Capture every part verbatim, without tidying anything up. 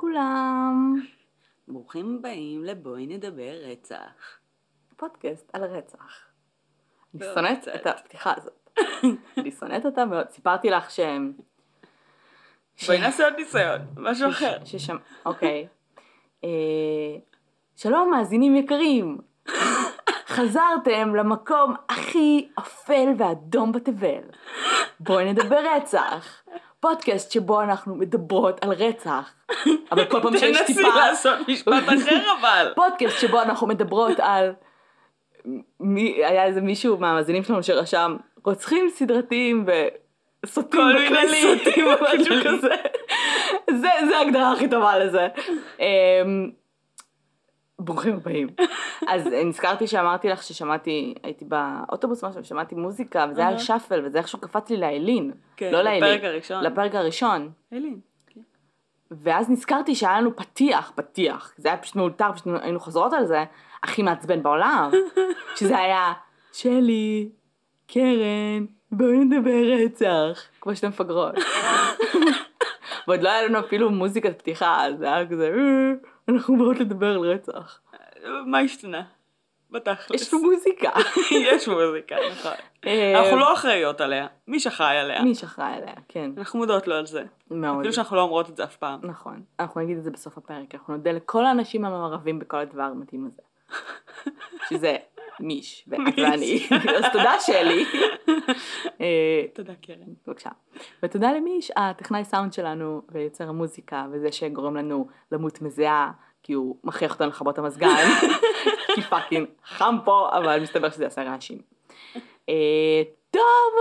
לכולם. ברוכים הבאים לבואי נדבר רצח. פודקאסט על רצח. אני שונאת את הפתיחה הזאת. אני שונאת אותה מאוד. סיפרתי לך שהם... בואי נעשה עוד ניסיון, משהו אחר. ששם... אוקיי. שלום מאזינים יקרים. חזרתם למקום הכי אפל ואדום בתבל. בואי נדבר רצח. פודקאסט שבו אנחנו מדברות על רצח. אבל כל פעם שיש טיפה... תנסי לעשות משפט אחר אבל. פודקאסט שבו אנחנו מדברות על... מי... היה איזה מישהו מהמאזינים שלנו שרשם רוצחים סדרתיים וסוטים בכללי. סוטים משהו כזה. זה, זה ההגדרה הכי טובה לזה. ברוכים הבאים. אז נזכרתי שאמרתי לך ששמעתי, הייתי באוטובוס משהו, שמעתי מוזיקה, וזה היה על שפל, וזה איכשהו קפץ לי לאלין. לא לאלין. לפרק הראשון. לפרק הראשון. אלין. ואז נזכרתי שהיה לנו פתיח, פתיח. זה היה פשוט מאולתר, פשוט היינו חוזרות על זה, הכי מעצבן בעולם. שזה היה, שלי, קרן, בואי נדבר רצח. כמו שאתם מפגרות. ועוד לא היה לנו אפילו מוזיקת פתיחה, אז זה היה כזה, אנחנו באות לדבר על רצח. מה השתנה? בתכלס. יש לנו מוזיקה. יש מוזיקה, נכון. אנחנו לא אחראיות עליה. מי שאחראי עליה? מי שאחראי עליה, כן. אנחנו מודעות לו על זה. מאוד. אפילו שאנחנו לא אומרות את זה אף פעם. נכון. אנחנו נגיד את זה בסוף הפרק. אנחנו נודה לכל האנשים המעורבים בכל הדבר המתאים הזה. שזה מיש, ואת ואני. אז תודה שלי. תודה קרן. בבקשה. ותודה למיש, הטכנאי סאונד שלנו ויוצר המוזיקה, וזה שגורם לנו למות מזיעה, כי הוא מכריח אותנו לכבות המזגן. כי פאקינג חם פה, אבל מסתבר שזה עשה רעשים. טוב.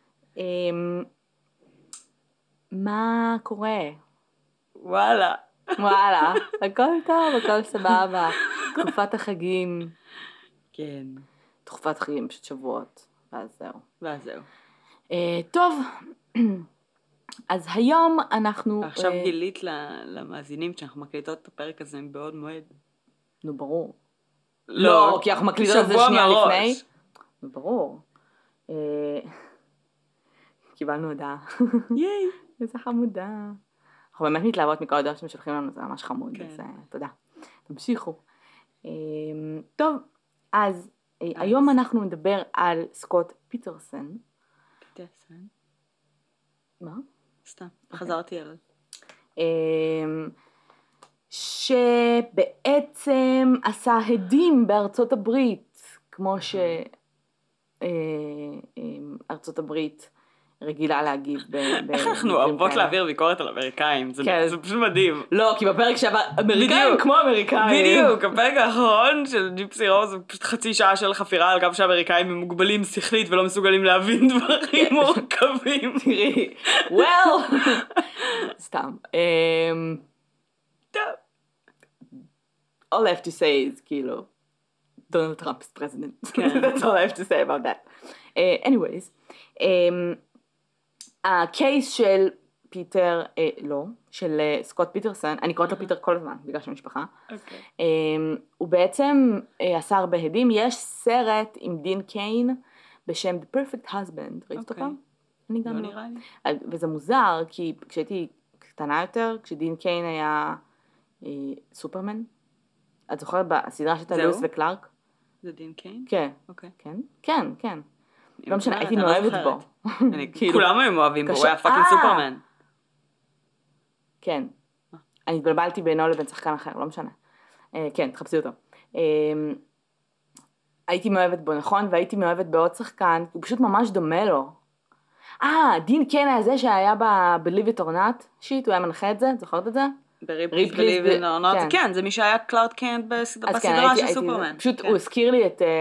מה קורה? וואלה. וואלה. הכל טוב, הכל סבבה. תקופת החגים. כן. תקופת חגים פשוט שבועות. ואז זהו. ואז זהו. טוב. אז היום אנחנו... עכשיו גילית למאזינים שאנחנו מקליטות את הפרק הזה בעוד מועד. נו, ברור. לא, כי אנחנו מקליטות את זה שנייה לפני. נו, ברור. קיבלנו הודעה. ייי. איזה חמודה. אנחנו באמת מתלהבות מכל הדעות שמשלחים לנו, זה ממש חמוד. אז תודה. תמשיכו. טוב, אז היום אנחנו נדבר על סקוט פיטרסון. פיטרסון? מה? סתם, חזרתי עליו. שבעצם עשה הדים בארצות הברית, כמו שארצות הברית רגילה להגיב. איך אנחנו אוהבות להעביר ביקורת על אמריקאים, זה פשוט מדהים. לא, כי בפרק שעבר, אמריקאים כמו אמריקאים. בדיוק, הפרק האחרון של ג'יפסי רוז, זה פשוט חצי שעה של חפירה על גם שהאמריקאים הם מוגבלים שכלית ולא מסוגלים להבין דברים מורכבים. תראי, well, סתם. טוב. All I have to say is, כאילו, Donald Trump is president. That's all I have to say about that. Uh, anyways, um, הקייס של פיטר, אה, לא, של uh, סקוט פיטרסון, אני קוראת לו פיטר כל הזמן, בגלל של משפחה. אוקיי. Um, הוא בעצם uh, עשה הרבה הדים. יש סרט עם דין קיין בשם The Perfect Husband. ראית אותו פעם? אני גם לא לא. נראה לי. וזה מוזר, כי כשהייתי קטנה יותר, כשדין קיין היה אה, סופרמן, את זוכרת בסדרה שאתה לואיס וקלארק? זה דין קיין? כן. אוקיי. כן? כן, כן. לא משנה, הייתי מאוהבת בו. כולם הם אוהבים בו, הוא היה פאקינג סופרמן. כן. אני התבלבלתי בינו לבין שחקן אחר, לא משנה. כן, תחפשי אותו. הייתי מאוהבת בו, נכון? והייתי מאוהבת בעוד שחקן, הוא פשוט ממש דומה לו. אה, דין קיין היה זה שהיה ב-Believe It or Not שיט, הוא היה מנחה את זה, זוכרת את זה? ב-Ripley's Believe It or Not, כן, זה מי שהיה קלארק קנט בסדרה של סופרמן. פשוט הוא הזכיר לי את,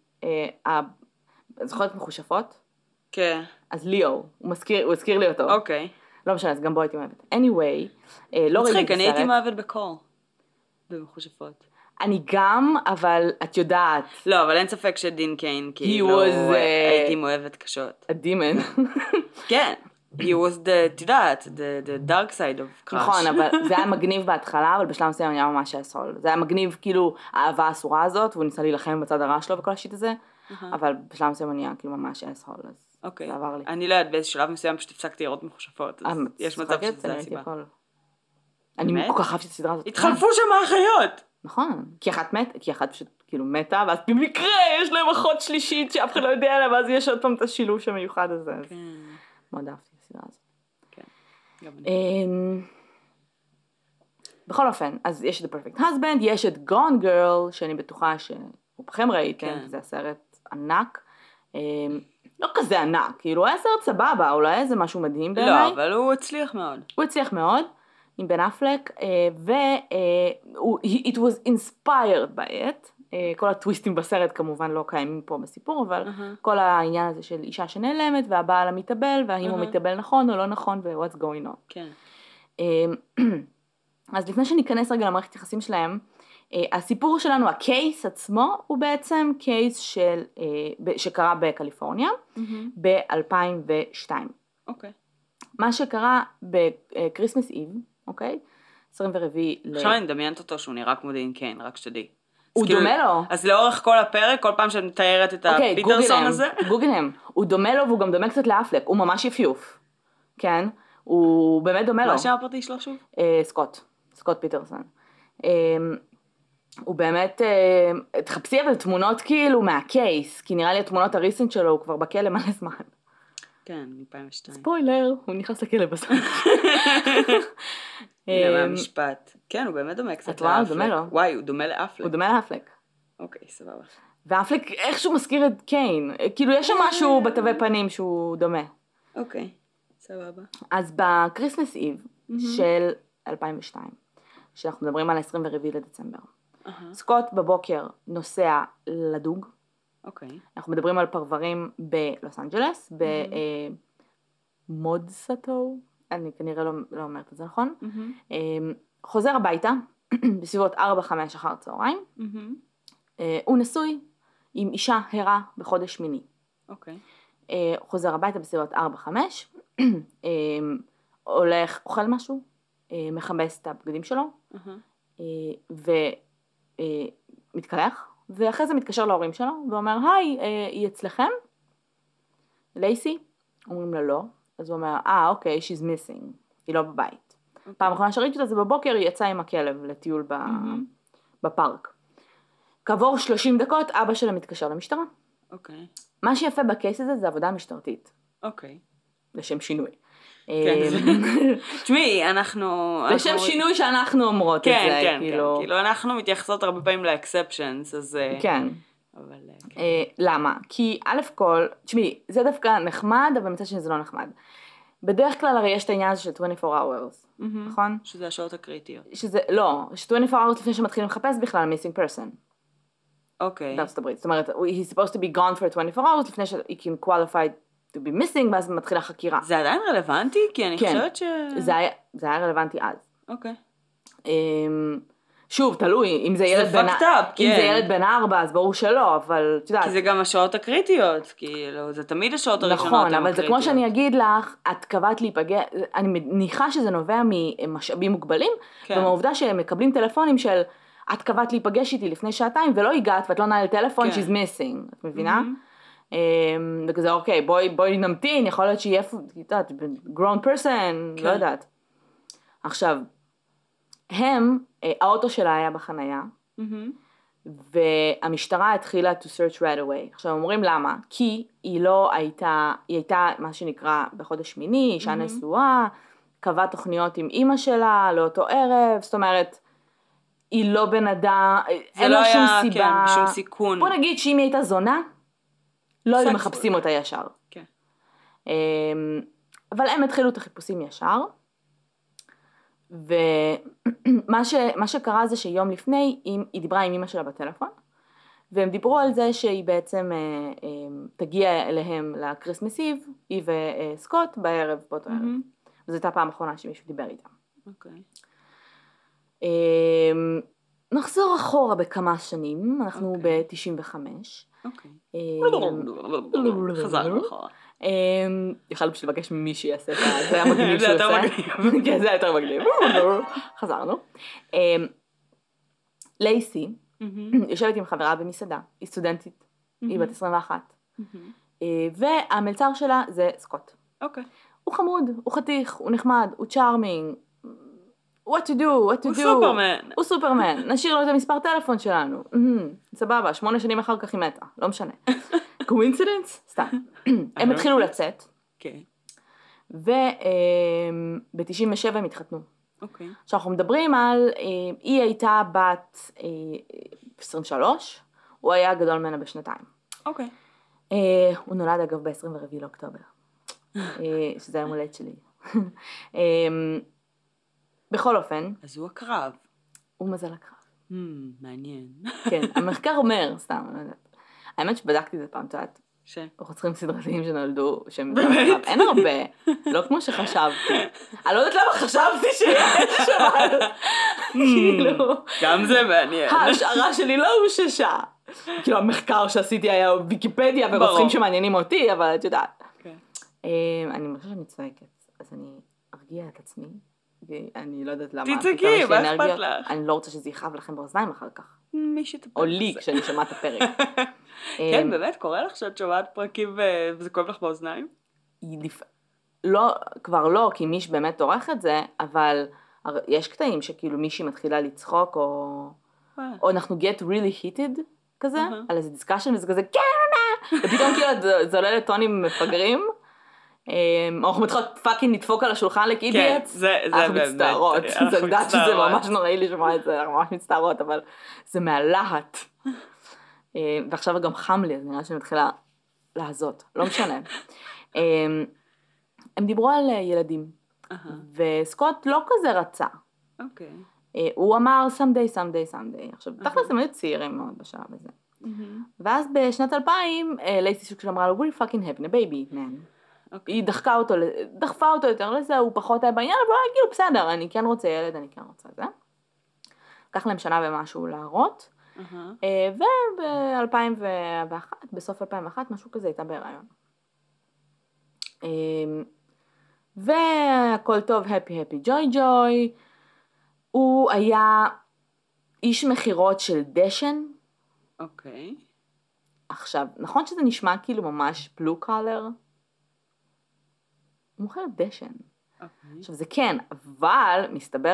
זוכרת מחושפות? כן. אז ליאו, הוא הזכיר לי אותו. אוקיי. לא משנה, אז גם בו הייתי מאוהבת. anyway, לא ראיתי סרט. אני הייתי מאוהבת בקול, במחושפות. אני גם, אבל את יודעת. לא, אבל אין ספק שדין קיין, כאילו, הייתי מאוהבת קשות. A demon. כן. He was the, תדעת, the, the dark side of crush. נכון, אבל זה היה מגניב בהתחלה, אבל בשלב מסוים היה ממש אסול. זה היה מגניב, כאילו, האהבה האסורה הזאת, והוא ניסה להילחם בצד הרע שלו וכל השיט הזה, אבל בשלב מסוים היה כאילו ממש אסול, אז זה עבר לי. אני לא יודעת, באיזה שלב מסוים פשוט הפסקתי לראות מחושפות, אז יש מצב שזה הסיבה. אני באמת? כל כך אהבתי את הסדרה הזאת. התחלפו שם האחיות. נכון, כי אחת מת, כי אחת פשוט כאילו מתה, ואז במקרה יש להם אחות שלישית שאף אחד לא יודע עליה, ואז יש עוד פעם את השילוש המיוחד הזה. אז כן. מאוד אהבתי את הסדרה הזאת. כן. גם אני. אמ, בכל אופן, אז יש את The Perfect Husband, יש את Gone Girl, שאני בטוחה שרובכם ראיתם, כן. זה הסרט ענק. אמ, לא כזה ענק, כאילו היה סרט סבבה, אולי איזה משהו מדהים בעיניי. לא, אבל הוא הצליח מאוד. הוא הצליח מאוד, עם בן אפלק, ו... it was inspired by it. כל הטוויסטים בסרט כמובן לא קיימים פה בסיפור, אבל כל העניין הזה של אישה שנעלמת, והבעל המתאבל, והאם הוא מתאבל נכון או לא נכון, ו-what's going on. כן. אז לפני שניכנס רגע למערכת יחסים שלהם, הסיפור שלנו, הקייס עצמו, הוא בעצם קייס של, שקרה בקליפורניה, ב-אלפיים ושתיים. אוקיי. מה שקרה בקריסמס איב, אוקיי? עשרים ורביעי ל... עכשיו אני מדמיינת אותו שהוא נראה כמו דין קיין, רק שתדעי. הוא דומה לו. אז לאורך כל הפרק, כל פעם שאת מתארת את הפיטרסון הזה. גוגל הם. הוא דומה לו והוא גם דומה קצת לאפלק. הוא ממש יפיוף. כן? הוא באמת דומה לו. מה שם הפרטי שלו שוב? סקוט. סקוט פיטרסון. הוא באמת, תחפשי אבל תמונות כאילו מהקייס, כי נראה לי התמונות הריסנט שלו הוא כבר בכלא מלא זמן. כן, מ-אלפיים ושתיים. ספוילר, הוא נכנס לכלא בסוף. הנה, מהמשפט. כן, הוא באמת דומה קצת לאפלק. וואי, הוא דומה לאפלק. הוא דומה לאפלק. אוקיי, סבבה. ואפלק איכשהו מזכיר את קיין. כאילו, יש שם משהו בתווי פנים שהוא דומה. אוקיי, סבבה. אז בקריסמס איב של אלפיים ושתיים, שאנחנו מדברים על ה-עשרים ורביעי לדצמבר, סקוט בבוקר נוסע לדוג. אוקיי. אנחנו מדברים על פרברים בלוס אנג'לס, במודסטו, אני כנראה לא, לא אומרת את זה נכון. חוזר הביתה, בסביבות ארבע חמש אחר צהריים. הוא נשוי עם אישה הרה בחודש שמיני. אוקיי. חוזר הביתה בסביבות ארבע חמש, הולך, אוכל משהו, מכבס את הבגדים שלו, ומתקלח. ואחרי זה מתקשר להורים שלו, ואומר, היי, היא אצלכם? לייסי? אומרים לה לא. אז הוא אומר, אה, אוקיי, she's missing. היא לא בבית. Okay. פעם אחרונה שראיתי אותה, זה בבוקר, היא יצאה עם הכלב לטיול ב... mm-hmm. בפארק. כעבור שלושים דקות, אבא שלה מתקשר למשטרה. אוקיי. Okay. מה שיפה בקייס הזה, זה עבודה משטרתית. אוקיי. Okay. לשם שינוי. כן. תשמעי, אנחנו... לשם שינוי שאנחנו אומרות את זה. כן, כן, כן. כאילו, אנחנו מתייחסות הרבה פעמים לאקספשנס, אז... כן. אבל... למה? כי א' כל, תשמעי, זה דווקא נחמד, אבל מצד שני זה לא נחמד. בדרך כלל הרי יש את העניין הזה של עשרים וארבע hours, נכון? שזה השעות הקריטיות. שזה, לא, ש-עשרים וארבע hours לפני שמתחילים לחפש בכלל missing person. אוקיי. בארצות הברית. זאת אומרת, he's supposed to be gone for עשרים וארבע hours לפני ש- he can qualify to be missing, ואז מתחילה חקירה. זה עדיין רלוונטי? כי אני חושבת ש... זה היה, זה היה רלוונטי אז. אוקיי. שוב, תלוי, אם זה ילד בן... אם זה ילד בן ארבע, אז ברור שלא, אבל את יודעת... כי זה גם השעות הקריטיות, כאילו, זה תמיד השעות הראשונות נכון, הקריטיות. אבל זה כמו שאני אגיד לך, את קבעת להיפגע, אני מניחה שזה נובע ממשאבים מוגבלים, ומהעובדה שהם מקבלים טלפונים של, את קבעת להיפגש איתי לפני שעתיים, ולא הגעת, ואת לא נעל טלפון, she's missing, את מבינה? וכזה, אוקיי, בואי נמתין, יכול להיות שיהיה, את יודעת, grown person, לא יודעת. עכשיו, הם, האוטו שלה היה בחנייה, והמשטרה התחילה to search right away. עכשיו אומרים למה? כי היא לא הייתה, היא הייתה מה שנקרא בחודש שמיני, אישה נשואה, קבעה תוכניות עם אמא שלה לאותו ערב, זאת אומרת, היא לא בן אדם, אין לו שום סיבה. כן, שום סיכון. בוא נגיד שאם היא הייתה זונה, לא היו מחפשים אותה ישר. כן. אבל הם התחילו את החיפושים ישר, ומה ש, מה שקרה זה שיום לפני היא דיברה עם אמא שלה בטלפון, והם דיברו על זה שהיא בעצם תגיע אליהם לקריסמס איב, היא וסקוט בערב באותו ערב. וזו הייתה פעם אחרונה שמישהו דיבר איתם. אוקיי. נחזור אחורה בכמה שנים, אנחנו ב-תשעים וחמש. אוקיי. חזרנו אחורה. יכלנו פשוט לבקש ממי שיעשה את זה, זה היה מגניב שהוא עושה. זה יותר מגניב. כן, זה היה יותר מגניב. חזרנו. לייסי יושבת עם חברה במסעדה, היא סטודנטית, היא בת עשרים ואחת. והמלצר שלה זה סקוט. אוקיי. הוא חמוד, הוא חתיך, הוא נחמד, הוא צ'ארמינג, what to do, what to הוא do. סופרמן. הוא סופרמן. נשאיר לו את המספר טלפון שלנו. Mm, סבבה, שמונה שנים אחר כך היא מתה. לא משנה. קווינסידנס? סתם. הם התחילו לצאת. כן. וב-תשעים ושבע הם התחתנו. אוקיי. עכשיו אנחנו מדברים על, היא הייתה בת עשרים ושלוש, הוא היה גדול ממנה בשנתיים. אוקיי. הוא נולד אגב ב-עשרים וארבעה לאוקטובר, שזה היום הולדת שלי. בכל אופן. אז הוא הקרב. הוא מזל הקרב. Hmm, מעניין. כן, המחקר אומר, סתם, אני לא יודעת. האמת שבדקתי את זה פעם, את יודעת. ש? רוצחים סדרתיים שנולדו, שהם מזל הקרב. אין הרבה, לא כמו שחשבתי. אני לא יודעת למה חשבתי שיש אבל. כאילו. גם זה מעניין. ההשערה שלי לא הוששה. כאילו המחקר שעשיתי היה ויקיפדיה ורוצחים שמעניינים אותי, אבל את יודעת. אני מרגישה שאני צועקת, אז אני ארגיע את עצמי. אני לא יודעת למה. תצעקי, מה אכפת לך? אני לא רוצה שזה יכאב לכם באוזניים אחר כך. מי שתפק. או לי כשאני שומעת את הפרק. כן, באמת, קורה לך שאת שומעת פרקים וזה כואב לך באוזניים? לא, כבר לא, כי מישהו באמת עורך את זה, אבל יש קטעים שכאילו מישהי מתחילה לצחוק, או אנחנו get really heated כזה, על איזה דיסקשן, וזה כזה, כן, ופתאום כאילו זה עולה לטונים מפגרים, או אנחנו מתחילות פאקינג נדפוק על השולחן לאידיאטס, אנחנו מצטערות, זה יודעת שזה ממש נוראי לשמוע את זה, אנחנו ממש מצטערות, אבל זה מהלהט, ועכשיו גם חם לי, אז נראה שאני מתחילה להזות, לא משנה. הם דיברו על ילדים, וסקוט לא כזה רצה. אוקיי. הוא אמר someday, someday, someday. עכשיו, תכל'ס הם היו צעירים מאוד בשלב הזה. ואז בשנת אלפיים, לייסי שוק אמרה לו, we're fucking having a baby, man. היא דחקה אותו, דחפה אותו יותר לזה, הוא פחות היה בעניין, אבל הוא היה כאילו בסדר, אני כן רוצה ילד, אני כן רוצה זה. לקח להם שנה ומשהו להראות, וב-אלפיים ואחת, בסוף אלפיים ואחת, משהו כזה הייתה בהיריון. והכל טוב, happy happy joy joy, הוא היה איש מחירות של דשן. אוקיי. עכשיו, נכון שזה נשמע כאילו ממש בלו קולר? הוא מוכר דשן. אוקיי. עכשיו זה כן, אבל מסתבר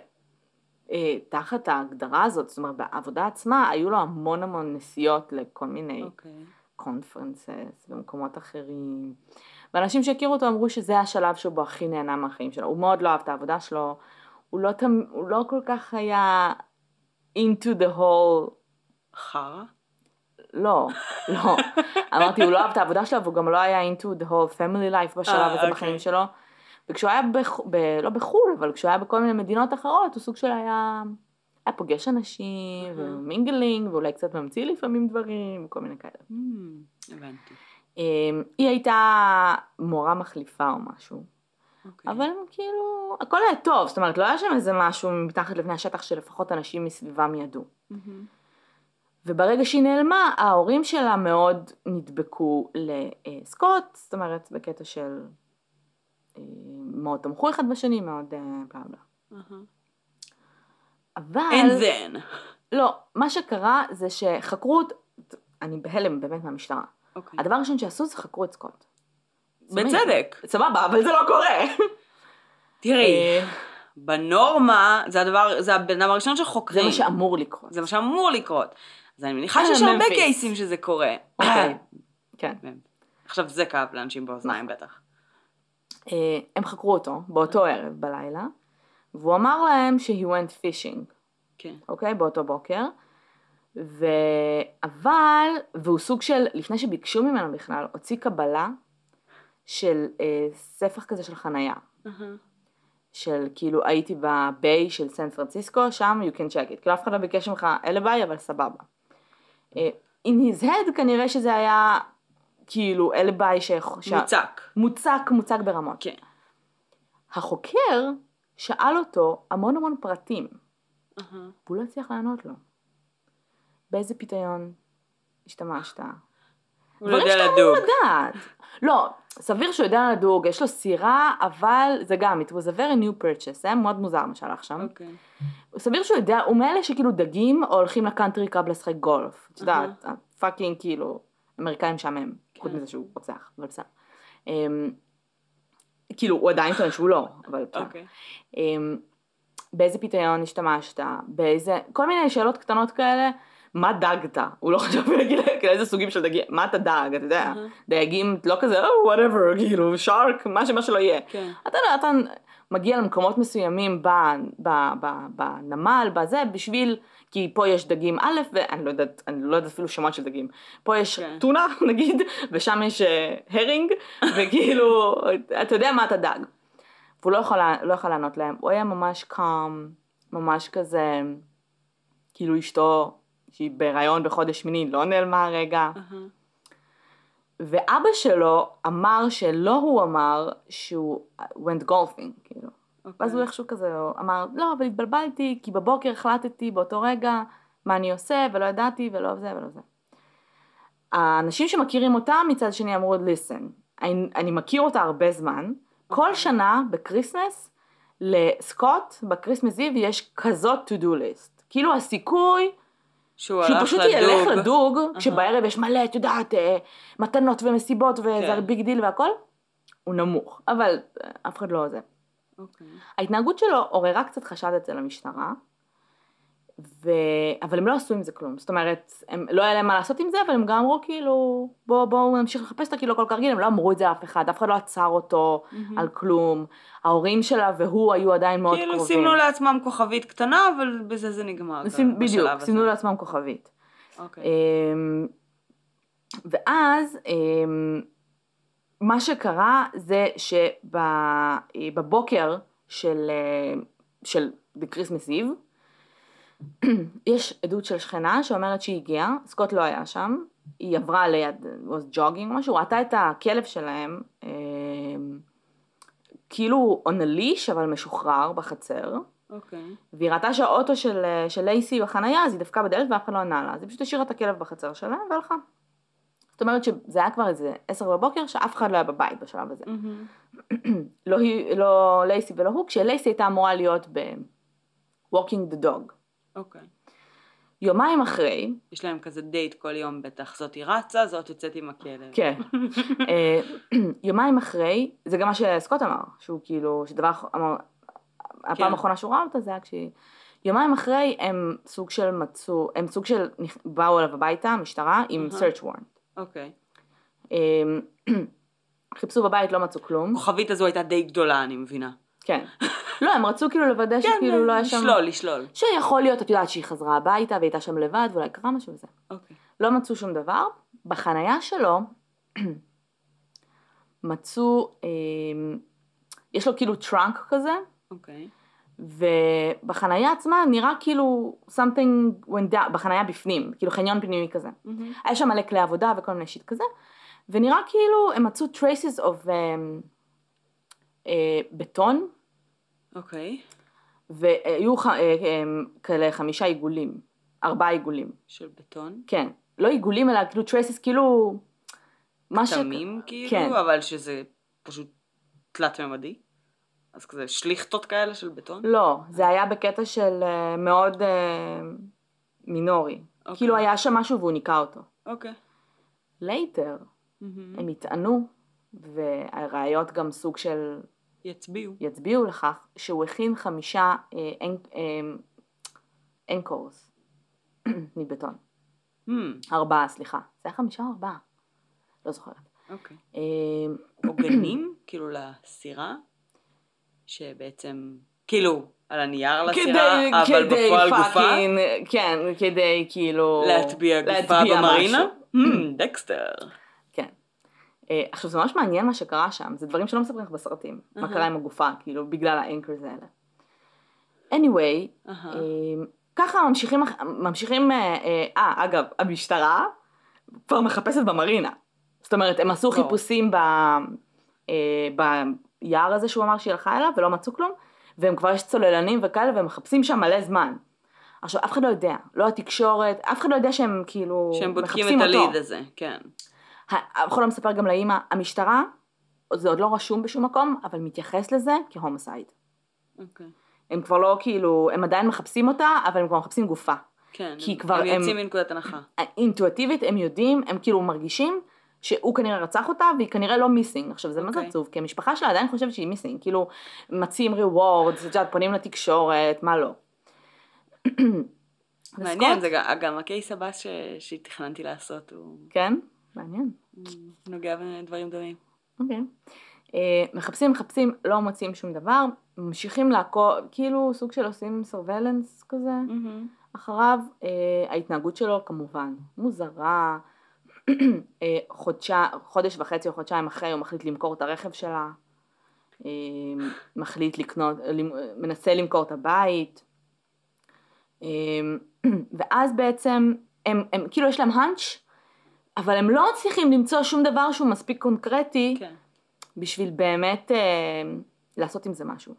שתחת ההגדרה הזאת, זאת אומרת בעבודה עצמה, היו לו המון המון נסיעות לכל מיני קונפרנסס ומקומות אחרים. ואנשים שהכירו אותו אמרו שזה השלב שבו הכי נהנה מהחיים שלו. הוא מאוד לא אהב את העבודה שלו, הוא לא, הוא לא כל כך היה into the whole... חרה? לא, לא. אמרתי, הוא לא אהב את העבודה שלו, והוא גם לא היה into the whole family life בשלב הזה בחיים שלו. וכשהוא היה, בח... ב... לא בחול, אבל כשהוא היה בכל מיני מדינות אחרות, הוא סוג של היה, היה פוגש אנשים, ומינגלינג, ואולי קצת ממציא לפעמים דברים, וכל מיני כאלה. הבנתי. היא הייתה מורה מחליפה או משהו. אבל כאילו, הכל היה טוב, זאת אומרת, לא היה שם איזה משהו מתחת לבני השטח שלפחות אנשים מסביבם ידעו. וברגע שהיא נעלמה, ההורים שלה מאוד נדבקו לסקוט, זאת אומרת, בקטע של מאוד תמכו אחד בשני, מאוד בלה בלה. אבל... And then. לא, מה שקרה זה שחקרו, אני בהלם באמת מהמשטרה. הדבר הראשון שעשו זה חקרו את סקוט. בצדק. סבבה, אבל זה לא קורה. תראי, בנורמה, זה הדבר, זה הבן אדם הראשון שחוקרים. זה מה שאמור לקרות. זה מה שאמור לקרות. אז אני מניחה שיש הרבה קייסים שזה קורה. אוקיי, כן. עכשיו זה כאב לאנשים באוזניים בטח. הם חקרו אותו באותו ערב בלילה, והוא אמר להם שהוא went fishing. כן. אוקיי, באותו בוקר. ו... אבל, והוא סוג של, לפני שביקשו ממנו בכלל, הוציא קבלה של אה, ספח כזה של חנייה. Uh-huh. של כאילו הייתי בביי של סן פרנסיסקו, שם you can check it. כאילו אף אחד לא ביקש ממך אלה ביי, אבל סבבה. אה, in his head כנראה שזה היה כאילו אלה ביי ש... מוצק. מוצק, מוצק ברמות. כן. החוקר שאל אותו המון המון פרטים. Uh-huh. והוא לא הצליח לענות לו. באיזה פיתיון השתמשת? הוא לא יודע לדוג. לא, סביר שהוא יודע לדוג, יש לו סירה, אבל זה גם, it was a very new purchase, זה היה מאוד מוזר מה שהלך שם. אוקיי. סביר שהוא יודע, הוא מאלה שכאילו דגים, או הולכים לקאנטרי קלאב לשחק גולף. את יודעת, פאקינג כאילו, אמריקאים משעמם, חוץ מזה שהוא רוצח, אבל בסדר. כאילו, הוא עדיין טוען שהוא לא, אבל בסדר. באיזה פיתיון השתמשת, באיזה, כל מיני שאלות קטנות כאלה, מה דגת? הוא לא חשב להגיד כאילו איזה סוגים של דגים, מה אתה דג, אתה יודע, דייגים לא כזה, oh, whatever, כאילו, שרק, מה שמה שלא יהיה. אתה יודע, אתה מגיע למקומות מסוימים בנמל, בזה, בשביל, כי פה יש דגים א', ואני לא יודעת, אני לא יודעת אפילו שמות של דגים, פה יש טונה, נגיד, ושם יש הרינג, וכאילו, אתה יודע מה אתה דג. והוא לא יכול, לא יכול לענות להם, הוא היה ממש קם, ממש כזה, כאילו אשתו, שהיא בהיריון בחודש שמיני, לא נעלמה הרגע. Uh-huh. ואבא שלו אמר שלא הוא אמר שהוא went golfing, כאילו. Okay. ואז הוא איכשהו כזה, הוא אמר, לא, אבל התבלבלתי, כי בבוקר החלטתי באותו רגע מה אני עושה, ולא ידעתי, ולא זה, ולא זה. האנשים שמכירים אותה מצד שני אמרו, listen, אני, אני מכיר אותה הרבה זמן, okay. כל שנה בקריסמס, לסקוט, בקריסמס איב, יש כזאת to do list. כאילו הסיכוי, שהוא, שהוא פשוט ילך לדוג, uh-huh. כשבערב יש מלא, את יודעת, מתנות ומסיבות, וזה ביג דיל והכל, הוא נמוך, אבל אף אחד לא זה. Okay. ההתנהגות שלו עוררה קצת חשד אצל המשטרה, ו... אבל הם לא עשו עם זה כלום, זאת אומרת, הם... לא היה להם מה לעשות עם זה, אבל הם גם אמרו כאילו, בואו בוא, נמשיך לחפש אותה, כאילו הכל כרגיל, הם לא אמרו את זה אף אחד, אף אחד לא עצר אותו mm-hmm. על כלום, ההורים שלה והוא היו עדיין מאוד כאילו קרובים. כאילו סימנו לעצמם כוכבית קטנה, אבל בזה זה נגמר. סימ... בדיוק, סימנו לעצמם כוכבית. אוקיי. Okay. ואז, מה שקרה זה שבבוקר של, של בקריסמס איב, יש עדות של שכנה שאומרת שהיא הגיעה, סקוט לא היה שם, היא עברה ליד, was jogging משהו, ראתה את הכלב שלהם, כאילו on a leash אבל משוחרר בחצר, אוקיי. והיא ראתה שהאוטו של, של לייסי בחנייה, אז היא דפקה בדלת ואף אחד לא ענה לה, אז היא פשוט השאירה את הכלב בחצר שלה והלכה. זאת אומרת שזה היה כבר איזה עשר בבוקר שאף אחד לא היה בבית בשלב הזה. Mm-hmm. לא, לא לייסי ולא הוא, כשלייסי הייתה אמורה להיות ב-walking the dog. אוקיי. יומיים אחרי... יש להם כזה דייט כל יום בטח, זאת היא רצה, זאת יוצאת עם הכלב. כן. יומיים אחרי, זה גם מה שסקוט אמר, שהוא כאילו, שדבר אמר, הפעם האחרונה שהוא ראה אותה זה היה כשהיא... יומיים אחרי הם סוג של מצאו, הם סוג של באו אליו הביתה, המשטרה, עם search warrant. אוקיי. חיפשו בבית, לא מצאו כלום. כוכבית הזו הייתה די גדולה, אני מבינה. כן. לא, הם רצו כאילו לוודא שכאילו לא היה שם... לשלול, לשלול. שיכול להיות, את יודעת שהיא חזרה הביתה והייתה שם לבד, ואולי קרה משהו וזה. אוקיי. לא מצאו שום דבר. בחנייה שלו, מצאו, יש לו כאילו טראנק כזה. אוקיי. ובחנייה עצמה נראה כאילו something went down, בחנייה בפנים, כאילו חניון פנימי כזה. Mm-hmm. היה שם מלא כלי עבודה וכל מיני שיט כזה, ונראה כאילו הם מצאו traces of um, uh, בטון. אוקיי. Okay. והיו ח, uh, um, כאלה חמישה עיגולים, ארבעה עיגולים. של בטון? כן. לא עיגולים אלא כאילו traces, כאילו... קטמים ש... כאילו, כן. אבל שזה פשוט תלת ממדי? אז כזה שליכטות כאלה של בטון? לא, זה היה בקטע של uh, מאוד uh, מינורי. Okay. כאילו היה שם משהו והוא ניקה אותו. אוקיי. Okay. לייטר, mm-hmm. הם יטענו, והראיות גם סוג של... יצביעו. יצביעו לכך, שהוא הכין חמישה אנקורס מבטון. Hmm. ארבעה, סליחה. זה היה חמישה או ארבעה? לא זוכרת. אוקיי. Okay. עוגנים, כאילו לסירה? שבעצם, כאילו, על הנייר לסירה, אבל בפועל גופה. כן, כדי כאילו... להטביע גופה במרינה? דקסטר. כן. עכשיו, זה ממש מעניין מה שקרה שם, זה דברים שלא מספרים לך בסרטים, מה קרה עם הגופה, כאילו, בגלל האנקרס האלה. anyway, ככה ממשיכים, ממשיכים, אה, אגב, המשטרה כבר מחפשת במרינה. זאת אומרת, הם עשו חיפושים ב... יער הזה שהוא אמר שהיא הלכה אליו ולא מצאו כלום, והם כבר יש צוללנים וכאלה, והם מחפשים שם מלא זמן. עכשיו, אף אחד לא יודע, לא התקשורת, אף אחד לא יודע שהם כאילו שהם בודקים את הליד הזה, כן. אף אחד לא מספר גם לאמא, המשטרה, זה עוד לא רשום בשום מקום, אבל מתייחס לזה כהומוסייד. אוקיי. הם כבר לא כאילו, הם עדיין מחפשים אותה, אבל הם כבר מחפשים גופה. כן, כי הם, כבר הם יוצאים מנקודת הנחה. אינטואיטיבית, הם יודעים, הם כאילו מרגישים, שהוא כנראה רצח אותה, והיא כנראה לא מיסינג. עכשיו, זה מה זה אוקיי. עצוב, כי המשפחה שלה עדיין חושבת שהיא מיסינג, כאילו, מציעים ריוורדס, את יודעת, פונים לתקשורת, מה לא. מעניין, וסקוט- זה גם- גם הקייס הבא ש- שתכננתי לעשות, הוא כן, מעניין. הוא נוגע בדברים דומים. אוקיי. אה, מחפשים, מחפשים, לא מוצאים שום דבר, ממשיכים לעקוב, כאילו סוג של עושים סרווילנס כזה, אחריו, אה, ההתנהגות שלו כמובן מוזרה, אה, חודשה, חודש וחצי או חודשיים אחרי הוא מחליט למכור את הרכב שלה, אה, מחליט לקנות, למ- מנסה למכור את הבית, אה, ואז בעצם הם, הם כאילו יש להם הנץ', אבל הם לא מצליחים למצוא שום דבר שהוא מספיק קונקרטי, כן. בשביל באמת אה, לעשות עם זה משהו.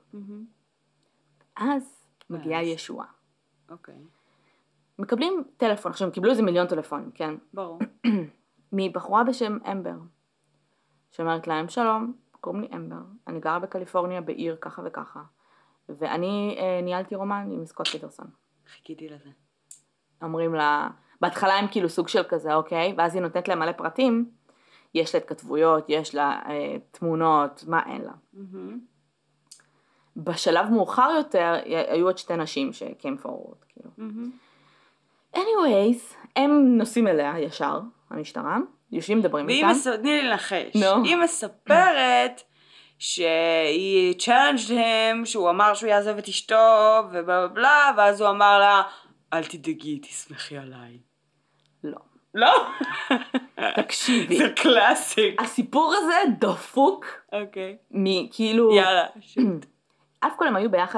אז מגיעה אז. ישועה. אוקיי. מקבלים טלפון, עכשיו הם קיבלו איזה מיליון טלפונים, כן? ברור. מבחורה בשם אמבר, שאומרת להם, שלום, קוראים לי אמבר, אני גרה בקליפורניה בעיר ככה וככה, ואני אה, ניהלתי רומן עם סקוט פיטרסון. חיכיתי לזה. אומרים לה, בהתחלה הם כאילו סוג של כזה, אוקיי? ואז היא נותנת להם מלא פרטים, יש לה התכתבויות, יש לה אה, תמונות, מה אין לה. בשלב מאוחר יותר, היו עוד שתי נשים שקיים פורוורד, כאילו. anyways, הם נוסעים אליה ישר, המשטרה, יושבים מדברים והיא איתם. מס... תני לי לנחש. נו. היא מספרת שהיא challenged him, שהוא אמר שהוא יעזוב את אשתו, ובלה בלה, ואז הוא אמר לה, אל תדאגי, תסמכי עליי. לא. לא? תקשיבי. זה קלאסיק. הסיפור הזה דפוק אוקיי. מכאילו... יאללה. אף כל הם היו ביחד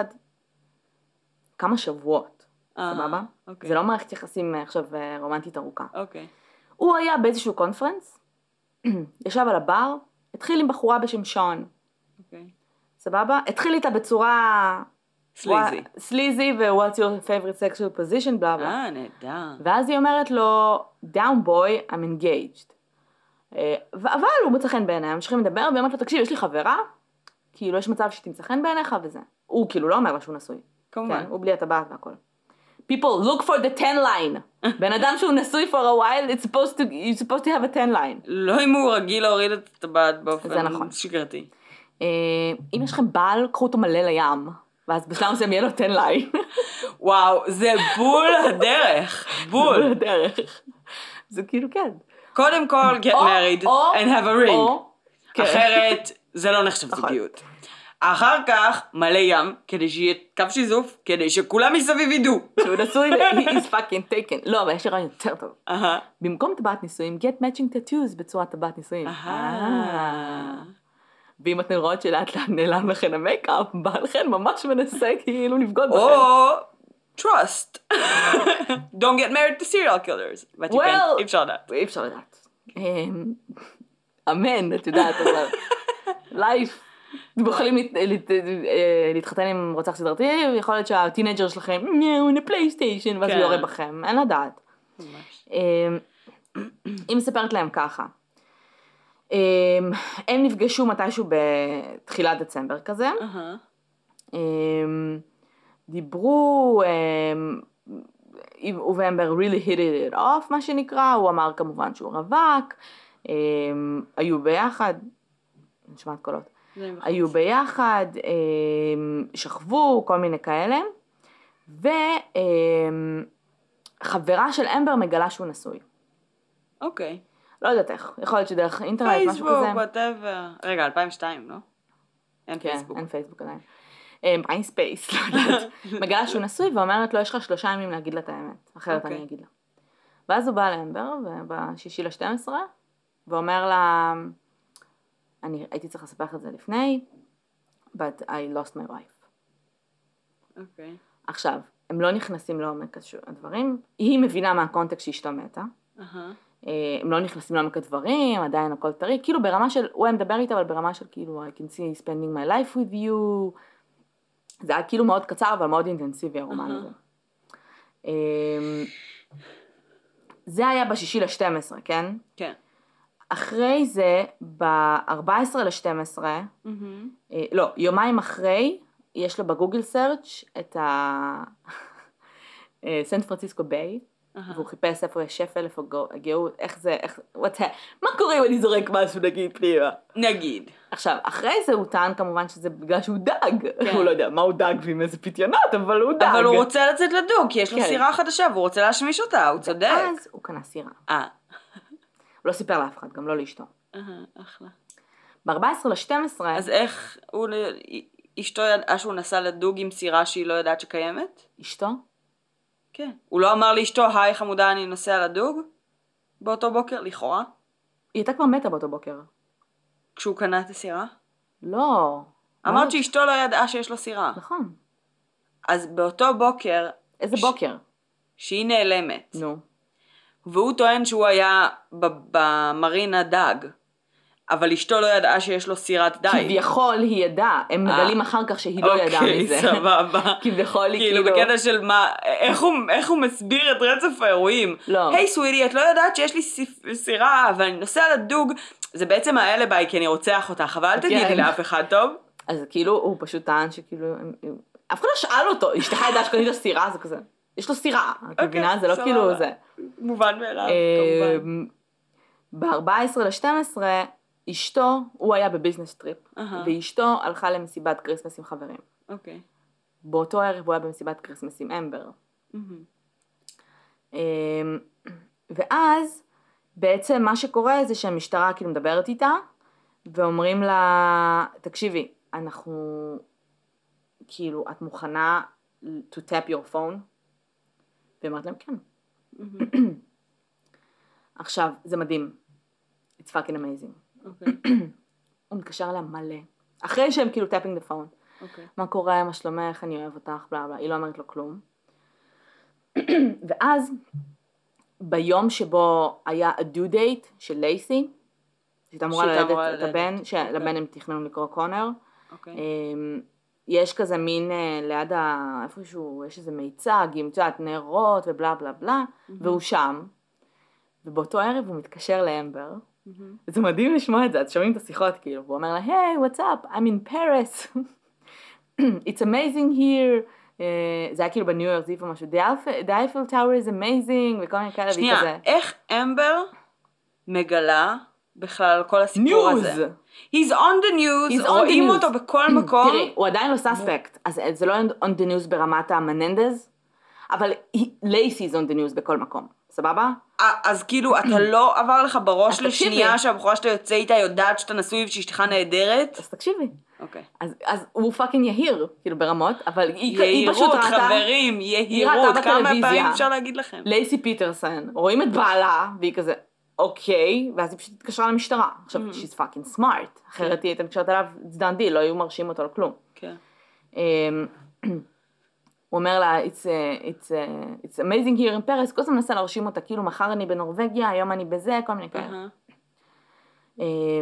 כמה שבועות, אה, סבבה? אוקיי. זה לא מערכת יחסים אה, עכשיו אה, רומנטית ארוכה. אוקיי. הוא היה באיזשהו קונפרנס, ישב על הבר, התחיל עם בחורה בשם שון, אוקיי. סבבה? התחיל איתה בצורה... סליזי. סליזי ו-what's your favorite sexual position, בלה בלה. אה, נהדר. ואז היא אומרת לו, down boy, I'm engaged. אה, ו- אבל הוא מוצא חן בעיניה, ממשיכים לדבר, והיא אומרת לו, תקשיב, יש לי חברה, כאילו יש מצב שתמצא חן בעיניך וזה. הוא כאילו לא אומר לה שהוא נשוי. כמובן. כן, הוא בלי הטבעת והכל. People, look for the ten line. בן אדם שהוא נשוי for a while, it's supposed to, you're supposed to have a ten line. לא אם הוא רגיל להוריד את הטבעת באופן זה נכון. שגרתי. אה, אם יש לכם בעל, קחו אותו מלא לים. ואז בשלב מסוים יהיה לו ten line. וואו, זה בול הדרך. בול. זה הדרך. זה כאילו כן. קודם כל, get או- married או- and have a ring. או- כן. אחרת, זה לא נחשב נכון. זוגיות. אחר כך, מלא ים, כדי שיהיה קו שיזוף, כדי שכולם מסביב ידעו. שהוא נשוי ו- he is fucking taken. לא, אבל יש לי רעיון יותר טוב. אהה. במקום טבעת נישואים, get matching tattoos בצורת טבעת נישואים. אהה. ואם אתן רואות שלאט לאט נעלם לכן המייקאפ, בעלכן ממש מנסה כאילו לבגוד בכן. או trust. Don't get married to serial killers. But you Well- can, אי אפשר לדעת. אי אפשר לדעת. אמ, אמן, את יודעת, אבל לייף. אתם יכולים להת- להת- אה, להתחתן עם רוצח סדרתי, ויכול להיות שהטינג'ר שלכם, הוא פלייסטיישן, ואז הוא כן. יורה בכם, אין לדעת. ממש. אמ, היא מספרת להם ככה. אמ, הם נפגשו מתישהו בתחילת דצמבר כזה. אהה. אמ, דיברו, אמ, הוא ואמבר really hit it off, מה שנקרא, הוא אמר כמובן שהוא רווק, אמ, היו ביחד, נשמעת קולות, זה מבחוץ. היו ביחד, אמ, שכבו, כל מיני כאלה, וחברה של אמבר מגלה שהוא נשוי. אוקיי. לא יודעת איך, יכול להיות שדרך אינטרנט, משהו פייסבוק, כזה. וואטאבר. רגע, אלפיים ושתיים, לא? אין כן, פייסבוק. אין פייסבוק עדיין. מייספייס, לא יודעת. מגלה שהוא נשוי ואומרת לו, יש לך שלושה ימים להגיד לה את האמת, אחרת אוקיי. אני אגיד לה. ואז הוא בא לאמבר, בשישי ל-שתים עשרה, ואומר לה, אני הייתי צריך לספר לך את זה לפני, but I lost my wife. אוקיי. עכשיו, הם לא נכנסים לעומק הדברים, היא מבינה מה הקונטקסט שאשתו מתה, אהה. אה, הם לא נכנסים לעומק הדברים, עדיין הכל טרי, כאילו ברמה של, הוא היה מדבר איתה, אבל ברמה של כאילו, I can see spending my life with you, זה היה כאילו מאוד קצר, אבל מאוד אינטנסיבי הרומן הזה. אה, זה היה בשישי ל-שתים עשרה, כן? כן. אחרי זה, ב-ארבע עשרה ל-שתים עשרה, מהמם. אה, לא, יומיים אחרי, יש לו בגוגל סרצ' את ה... סן פרנסיסקו ביי, והוא חיפש איפה יש שפל, איפה גאות, איך זה, איך, what, מה קורה אם אני זורק משהו נגיד פנימה? נגיד. עכשיו, אחרי זה הוא טען כמובן שזה בגלל שהוא דג, הוא לא יודע מה הוא דג ועם איזה פתיונות, אבל הוא דג. אבל הוא רוצה לצאת לדוג, כי יש לו סירה חדשה, והוא רוצה להשמיש אותה, הוא צודק. ואז הוא קנה סירה. אה. הוא לא סיפר לאף אחד, גם לא לאשתו. אה, אחלה. ב-ארבעה עשר לשתים עשרה... אז איך הוא, אשתו ידעה שהוא נסע לדוג עם סירה שהיא לא יודעת שקיימת? אשתו? כן. הוא לא אמר לאשתו, היי חמודה, אני נוסע לדוג? באותו בוקר, לכאורה? היא הייתה כבר מתה באותו בוקר. כשהוא קנה את הסירה? לא. אמרת שאשתו לא ידעה שיש לו סירה. נכון. אז באותו בוקר... איזה בוקר? שהיא נעלמת. נו. והוא טוען שהוא היה במרינה דג. אבל אשתו לא ידעה שיש לו סירת דייג. כביכול היא ידעה, הם מגלים אחר כך שהיא לא ידעה מזה. אוקיי, סבבה. כביכול היא כאילו... כאילו... בקטע של מה, איך הוא מסביר את רצף האירועים. לא. היי סווידי, את לא יודעת שיש לי סירה, אבל אני נוסע לדוג, זה בעצם האלביי, כי אני רוצח אותך, אבל אל תגידי לאף אחד, טוב? אז כאילו, הוא פשוט טען שכאילו... אף אחד לא שאל אותו, אשתך ידעה שקנית לו סירה, זה כזה. יש לו סירה, את מבינה? זה לא כאילו זה. מובן מאליו, כמובן. ב-ארבעה עשר לשתים עשרה... אשתו, הוא היה בביזנס טריפ, uh-huh. ואשתו הלכה למסיבת קריסמס עם חברים. אוקיי. Okay. באותו ערב הוא היה במסיבת קריסמס עם אמבר. Mm-hmm. ואז, בעצם מה שקורה זה שהמשטרה כאילו מדברת איתה, ואומרים לה, תקשיבי, אנחנו, כאילו, את מוכנה to tap your phone? ואמרת להם, כן. Mm-hmm. עכשיו, זה מדהים. It's fucking amazing. Okay. הוא מתקשר אליה מלא, אחרי שהם כאילו tapping the phone. Okay. מה קורה, מה שלומך, אני אוהב אותך, בלה בלה, היא לא אומרת לו כלום. ואז, ביום שבו היה ה-due date של לייסי, שהייתה אמורה ללדת את הבן, שלבן הם תכננו לקרוא קונר, יש כזה מין ליד איפשהו, יש איזה מיצג, עם תיודעת נרות ובלה בלה בלה, והוא שם, ובאותו ערב הוא מתקשר לאמבר, זה מדהים לשמוע את זה, אז שומעים את השיחות כאילו, והוא אומר לה, hey, what's up, I'm in Paris, it's amazing here, זה היה כאילו בניו יורק, זה איפה משהו, the Eiffel Tower is amazing, וכל מיני כאלה, שנייה, איך אמבר מגלה בכלל כל הסיפור הזה? He's on the news, רואים אותו בכל מקום. תראי, הוא עדיין לא סאספקט, אז זה לא on the news ברמת המננדז, אבל לייסי is on the news בכל מקום, סבבה? אז כאילו, אתה לא עבר לך בראש לשנייה שהבחורה שאתה יוצא איתה יודעת שאתה נשוי ושאשתך נהדרת? אז תקשיבי. אוקיי. אז הוא פאקינג יהיר, כאילו ברמות, אבל היא פשוט ראתה... יהירות, חברים, יהירות, כמה פעמים אפשר להגיד לכם? לייסי פיטרסון, רואים את בעלה, והיא כזה, אוקיי, ואז היא פשוט התקשרה למשטרה. עכשיו, she's fucking smart, אחרת היא הייתה מתקשרת עליו, it's done deal, לא היו מרשים אותו לכלום. כן. הוא אומר לה, it's, uh, it's, uh, it's amazing here in Paris, כל הזמן מנסה להרשים אותה, כאילו מחר אני בנורווגיה, היום אני בזה, כל מיני כאלה. Uh-huh. Um,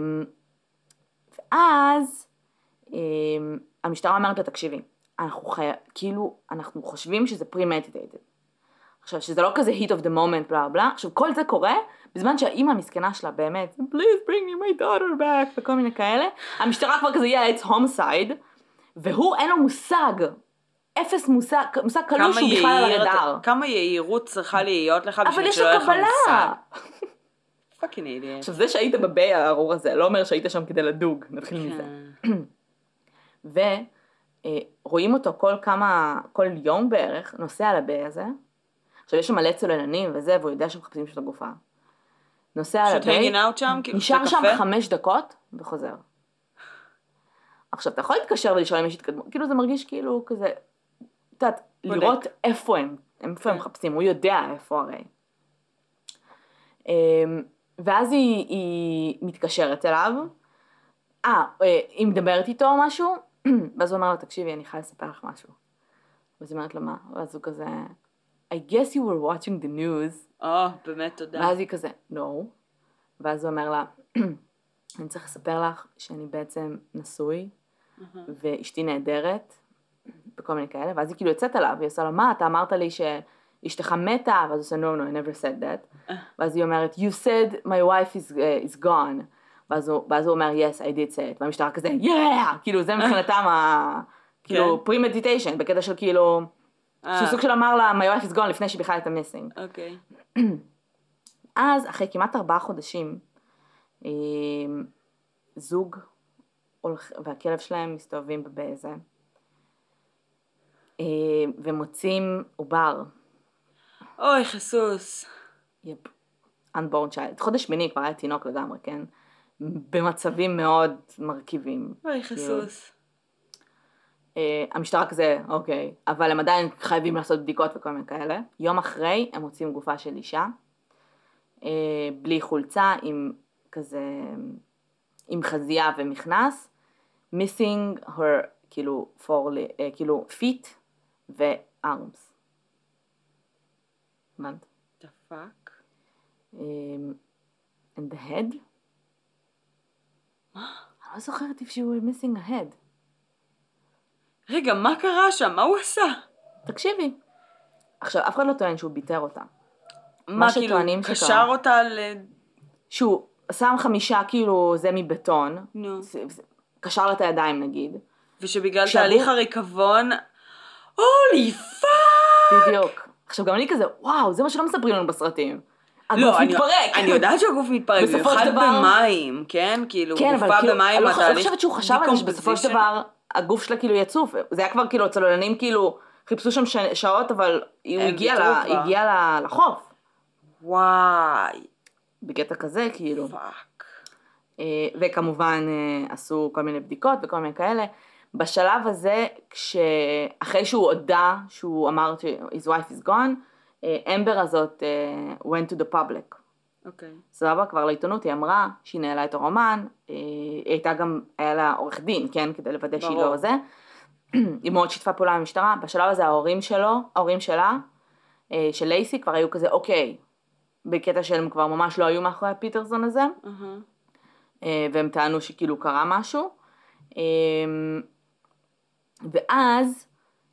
ואז um, המשטרה אומרת לה, תקשיבי, אנחנו חי... כאילו, אנחנו חושבים שזה premeditated. עכשיו, שזה לא כזה heat of the moment, בלה בלה, עכשיו כל זה קורה, בזמן שהאימא המסכנה שלה באמת, please bring me my daughter back, וכל מיני כאלה, המשטרה כבר כזה, yeah, it's homicide, והוא אין לו מושג, אפס מושג, מושג קלוש הוא בכלל על הרדאר. כמה יהירות צריכה להיות לך בשביל שלא יהיה לך מושג. אבל יש לו קבלה. פאקינג אידיאט. עכשיו זה שהיית בביי הארור הזה, לא אומר שהיית שם כדי לדוג, נתחיל מזה. ורואים אותו כל כמה, כל יום בערך, נוסע על הביי הזה. עכשיו יש שם מלא צוללנים וזה, והוא יודע שמחפשים של הגופה. נוסע על הביי, נשאר שם חמש דקות וחוזר. עכשיו אתה יכול להתקשר ולשאול אם יש התקדמות, כאילו זה מרגיש כאילו כזה, את יודעת, לראות איפה הם, איפה הם מחפשים, הוא יודע איפה הרי. ואז היא, היא מתקשרת אליו, אה, היא מדברת איתו או משהו, ואז הוא אומר לה, תקשיבי, אני חייב לספר לך משהו. ואז היא אומרת לו, מה? ואז הוא כזה, I guess you were watching the news. אה, באמת, תודה. ואז היא כזה, no. ואז הוא אומר לה, אני צריך לספר לך שאני בעצם נשוי, ואשתי נהדרת, וכל מיני כאלה, ואז היא כאילו יוצאת עליו, והיא עושה לו, מה, אתה אמרת לי שאשתך מתה, ואז הוא עושה, no, no, I never said that, ואז היא אומרת, you said my wife is, uh, is gone, ואז הוא, ואז הוא אומר, yes, I did say it, והמשטרה כזה, yeah, כאילו זה מבחינתם, ה, כאילו, premeditation, בקטע של כאילו, אה. סוג של אמר לה, my wife is gone לפני שהיא בכלל הייתה מיסינג. אוקיי. אז אחרי כמעט ארבעה חודשים, אה, זוג הולך, והכלב שלהם מסתובבים בזה, אה, ומוצאים עובר. אוי, חסוס. יפ, unborn child. חודש שמיני כבר היה תינוק לגמרי, כן? במצבים מאוד מרכיבים. אוי, חסוס. Uh, המשטרה כזה, אוקיי, אבל הם עדיין חייבים לעשות בדיקות וכל מיני כאלה. יום אחרי הם מוצאים גופה של אישה, uh, בלי חולצה, עם כזה, עם חזייה ומכנס, missing her, כאילו, for, uh, כאילו, feet ו-arms. הבנת? The fuck? Um, and the head? מה? אני לא זוכרת if she were missing a head. רגע, מה קרה שם? מה הוא עשה? תקשיבי. עכשיו, אף אחד לא טוען שהוא ביטר אותה. מה, כאילו, שטוענים קשר שקרה. אותה ל... שהוא שם חמישה כאילו זה מבטון, נו. קשר לה את הידיים נגיד. ושבגלל כשהבור- תהליך הריקבון... הולי פאק! בדיוק. עכשיו גם אני כזה, וואו, זה מה שלא מספרים לנו בסרטים. הגוף לא, אני, מתפרק. אני יודעת שהגוף מתפרק, בסופו של במיוחד דבר- במים, כן? כאילו, כן, אבל גופה כאילו, במים, אני לא- אני לא התהליך חושבת שהוא חשב על זה שבסופו של decomposition. דבר הגוף שלה כאילו יצוף. זה היה כבר כאילו הצוללנים כאילו חיפשו שם ש- שעות, אבל הוא הם הגיע ויתרו לה- כבר. הגיע לה- לחוף. וואי, בקטע כזה כאילו. פאק. אה, וכמובן אה, עשו כל מיני בדיקות וכל מיני כאלה. בשלב הזה, אחרי שהוא הודע, שהוא אמר his wife is gone, אה, אמבר הזאת אה, went to the public. אוקיי. סבבה, כבר לעיתונות, היא אמרה שהיא נעלה את הרומן, אה, היא הייתה גם, היה לה עורך דין, כן, כדי לוודא שהיא ברור. לא זה. היא מאוד שיתפה פעולה עם המשטרה. בשלב הזה ההורים שלו, ההורים שלה, אה, של לייסי, כבר היו כזה, אוקיי, בקטע שהם כבר ממש לא היו מאחורי הפיטרסון הזה. אהה. והם טענו שכאילו קרה משהו, ואז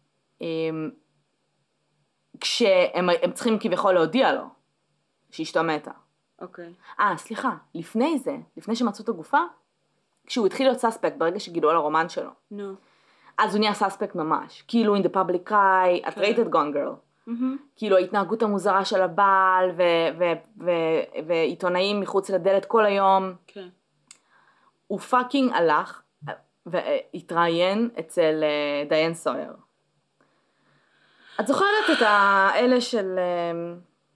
כשהם הם צריכים כביכול להודיע לו שאשתו מתה. אוקיי. אה, סליחה, לפני זה, לפני שמצאו את הגופה, כשהוא התחיל להיות סאספקט ברגע שגילו על הרומן שלו, נו. אז הוא נהיה סאספקט ממש, כאילו in the public eye, את ראית את גון גרל. כאילו ההתנהגות המוזרה של הבעל ו- ו- ו- ועיתונאים מחוץ לדלת כל היום. כן. הוא פאקינג הלך והתראיין אצל אה, דיין סויר. את זוכרת את האלה של... אה,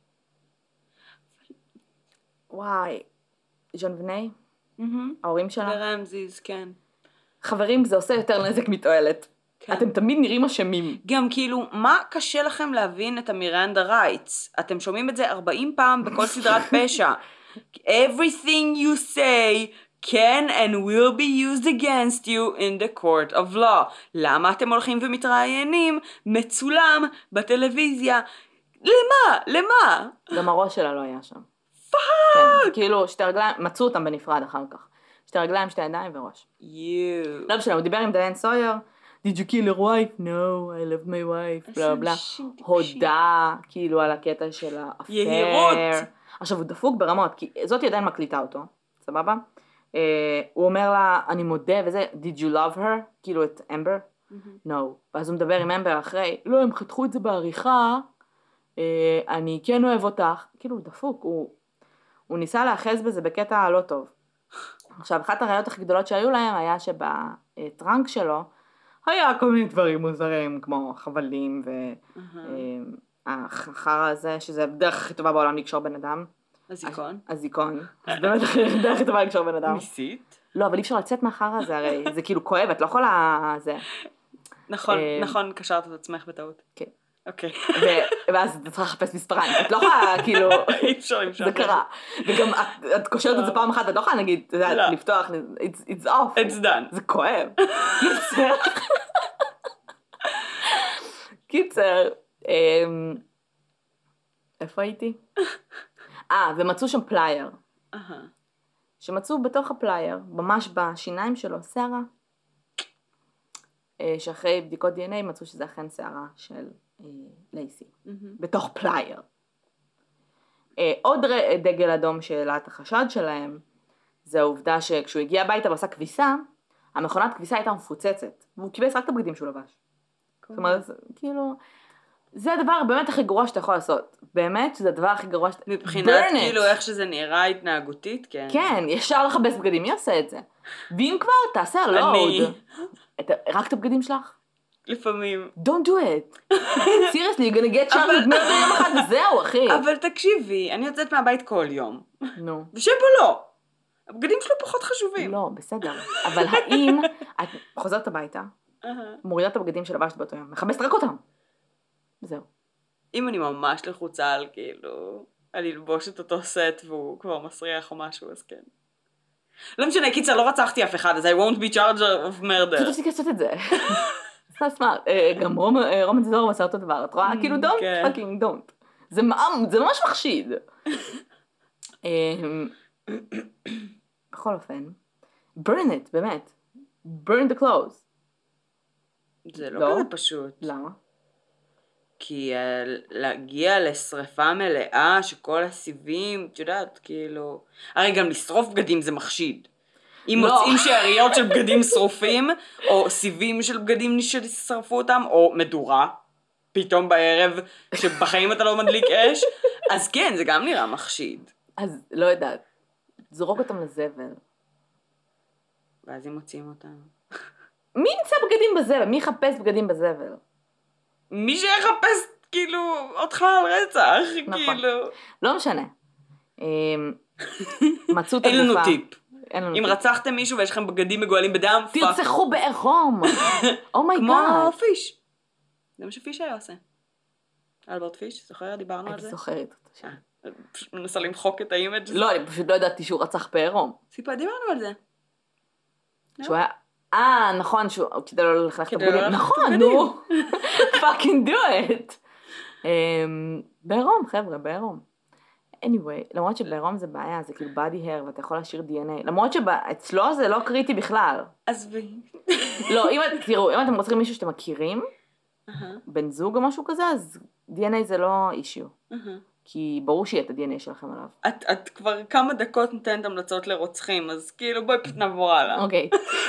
וואי, ז'ון וני? ההורים שלה? ורמזיז, כן. חברים, זה עושה יותר נזק מתועלת. כן. אתם תמיד נראים אשמים. גם כאילו, מה קשה לכם להבין את המירנדה רייטס? אתם שומעים את זה ארבעים פעם בכל סדרת פשע. Everything you say can and will be used against you in the court of law. למה אתם הולכים ומתראיינים מצולם בטלוויזיה? למה? למה? גם הראש שלה לא היה שם. פאק! כן, זה כאילו שתי רגליים, מצאו אותם בנפרד אחר כך. שתי רגליים, שתי ידיים וראש. יואו. לא משנה, הוא דיבר עם דיין סויר. Did you kill your wife? No, I love my wife. בלה בלה. אנשים טיפשים. הודה כאילו על הקטע של האפר. יהירות. עכשיו הוא דפוק ברמות, כי זאת עדיין מקליטה אותו, סבבה? Uh, הוא אומר לה, אני מודה וזה, did you love her? כאילו את אמבר? No. ואז הוא מדבר עם אמבר אחרי, לא, הם חתכו את זה בעריכה, uh, אני כן אוהב אותך. כאילו הוא דפוק, הוא, הוא ניסה לאחז בזה בקטע לא טוב. עכשיו, אחת הראיות הכי גדולות שהיו להם היה שבטרנק שלו, היה כל מיני דברים מוזרים, כמו חבלים והחרא הזה, שזה הדרך הכי טובה בעולם לקשור בן אדם. הזיכון. הזיכון. זה באמת הדרך הכי טובה לקשור בן אדם. ניסית? לא, אבל אי אפשר לצאת מהחרא הזה, הרי זה כאילו כואב, את לא יכולה... זה. נכון, אה, נכון, קשרת את עצמך בטעות. כן. אוקיי. ו- ואז את צריכה לחפש מספריים, את לא יכולה, כאילו... אי אפשר למשוך. זה קרה. וגם את- את קושרת את זה פעם אחת, את לא יכולה נגיד, את יודעת, לא. לפתוח, it's- it's off. It's done. זה כואב. קיצר. קיצר. אמ, איפה הייתי? אה, ומצאו שם פלייר. אהה. שמצאו בתוך הפלייר, ממש בשיניים שלו, שערה. אה, שאחרי בדיקות די אן איי מצאו שזה אכן שערה של אה, לייסי. בתוך פלייר. אה, עוד ר- דגל אדום שהעלה את החשד שלהם, זה העובדה שכשהוא הגיע הביתה ועשה כביסה, המכונת כביסה הייתה מפוצצת, והוא קיבץ רק את הבגדים שהוא לבש. זאת אומרת, זה, כאילו, זה הדבר באמת הכי גרוע שאתה יכול לעשות. באמת שזה הדבר הכי גרוע שאתה... מבחינת כאילו איך שזה נראה התנהגותית, כן. כן, ישר לכבס בגדים, מי עושה את זה? ואם כבר, תעשה הלואוד. רק את הבגדים שלך? לפעמים. Don't do it. Seriously, you're gonna get charged מרדר יום אחד וזהו, אחי. אבל תקשיבי, אני יוצאת מהבית כל יום. נו. ושבו לא. הבגדים שלו פחות חשובים. לא, בסדר. אבל האם את חוזרת הביתה, מורידה את הבגדים שלבשת באותו יום, מחפשת רק אותם. זהו. אם אני ממש לחוצה על כאילו, על ללבוש את אותו סט והוא כבר מסריח או משהו, אז כן. לא משנה, קיצר, לא רצחתי אף אחד, אז I won't be charged of murder. פשוט תפסיק לעשות את זה. זה סמארט. גם רומן זדורוב עשה אותו דבר, את רואה? כאילו, don't fucking don't. זה ממש מחשיד. בכל אופן, burn it, באמת. burn the clothes. זה לא כזה פשוט. למה? כי להגיע לשריפה מלאה שכל הסיבים, את יודעת, כאילו... הרי גם לשרוף בגדים זה מחשיד. אם מוצאים שאריות של בגדים שרופים, או סיבים של בגדים ששרפו אותם, או מדורה, פתאום בערב, שבחיים אתה לא מדליק אש, אז כן, זה גם נראה מחשיד. אז לא יודעת, זרוק אותם לזבל. ואז אם מוצאים אותם. מי ימצא בגדים בזבל? מי יחפש בגדים בזבל? מי שיחפש, כאילו, אותך על רצח, כאילו. לא משנה. מצאו את הגופה. אין לנו טיפ. אם רצחתם מישהו ויש לכם בגדים מגואלים בדם, תרצחו בעירום. אומייגאד. כמו פיש. זה מה שפיש היה עושה. אלברט פיש, זוכרת? דיברנו על זה? אני זוכרת. פשוט מנסה למחוק את האימג'. לא, אני פשוט לא ידעתי שהוא רצח בעירום. סיפה, דיברנו על זה. שהוא היה... אה, נכון, כדי לא ללכת לבגדים. נכון, נו. fucking do it. בעירום, חבר'ה, בעירום. anyway, למרות שבעירום זה בעיה, זה כאילו body hair, ואתה יכול להשאיר די אן איי. למרות שאצלו זה לא קריטי בכלל. אז ב... לא, תראו, אם אתם רוצים מישהו שאתם מכירים, בן זוג או משהו כזה, אז די אן איי זה לא אישיו. כי ברור שיהיה את ה-די אן איי שלכם עליו. את, את כבר כמה דקות נותנת המלצות לרוצחים, אז כאילו בואי פשוט נעבור הלאה. אוקיי.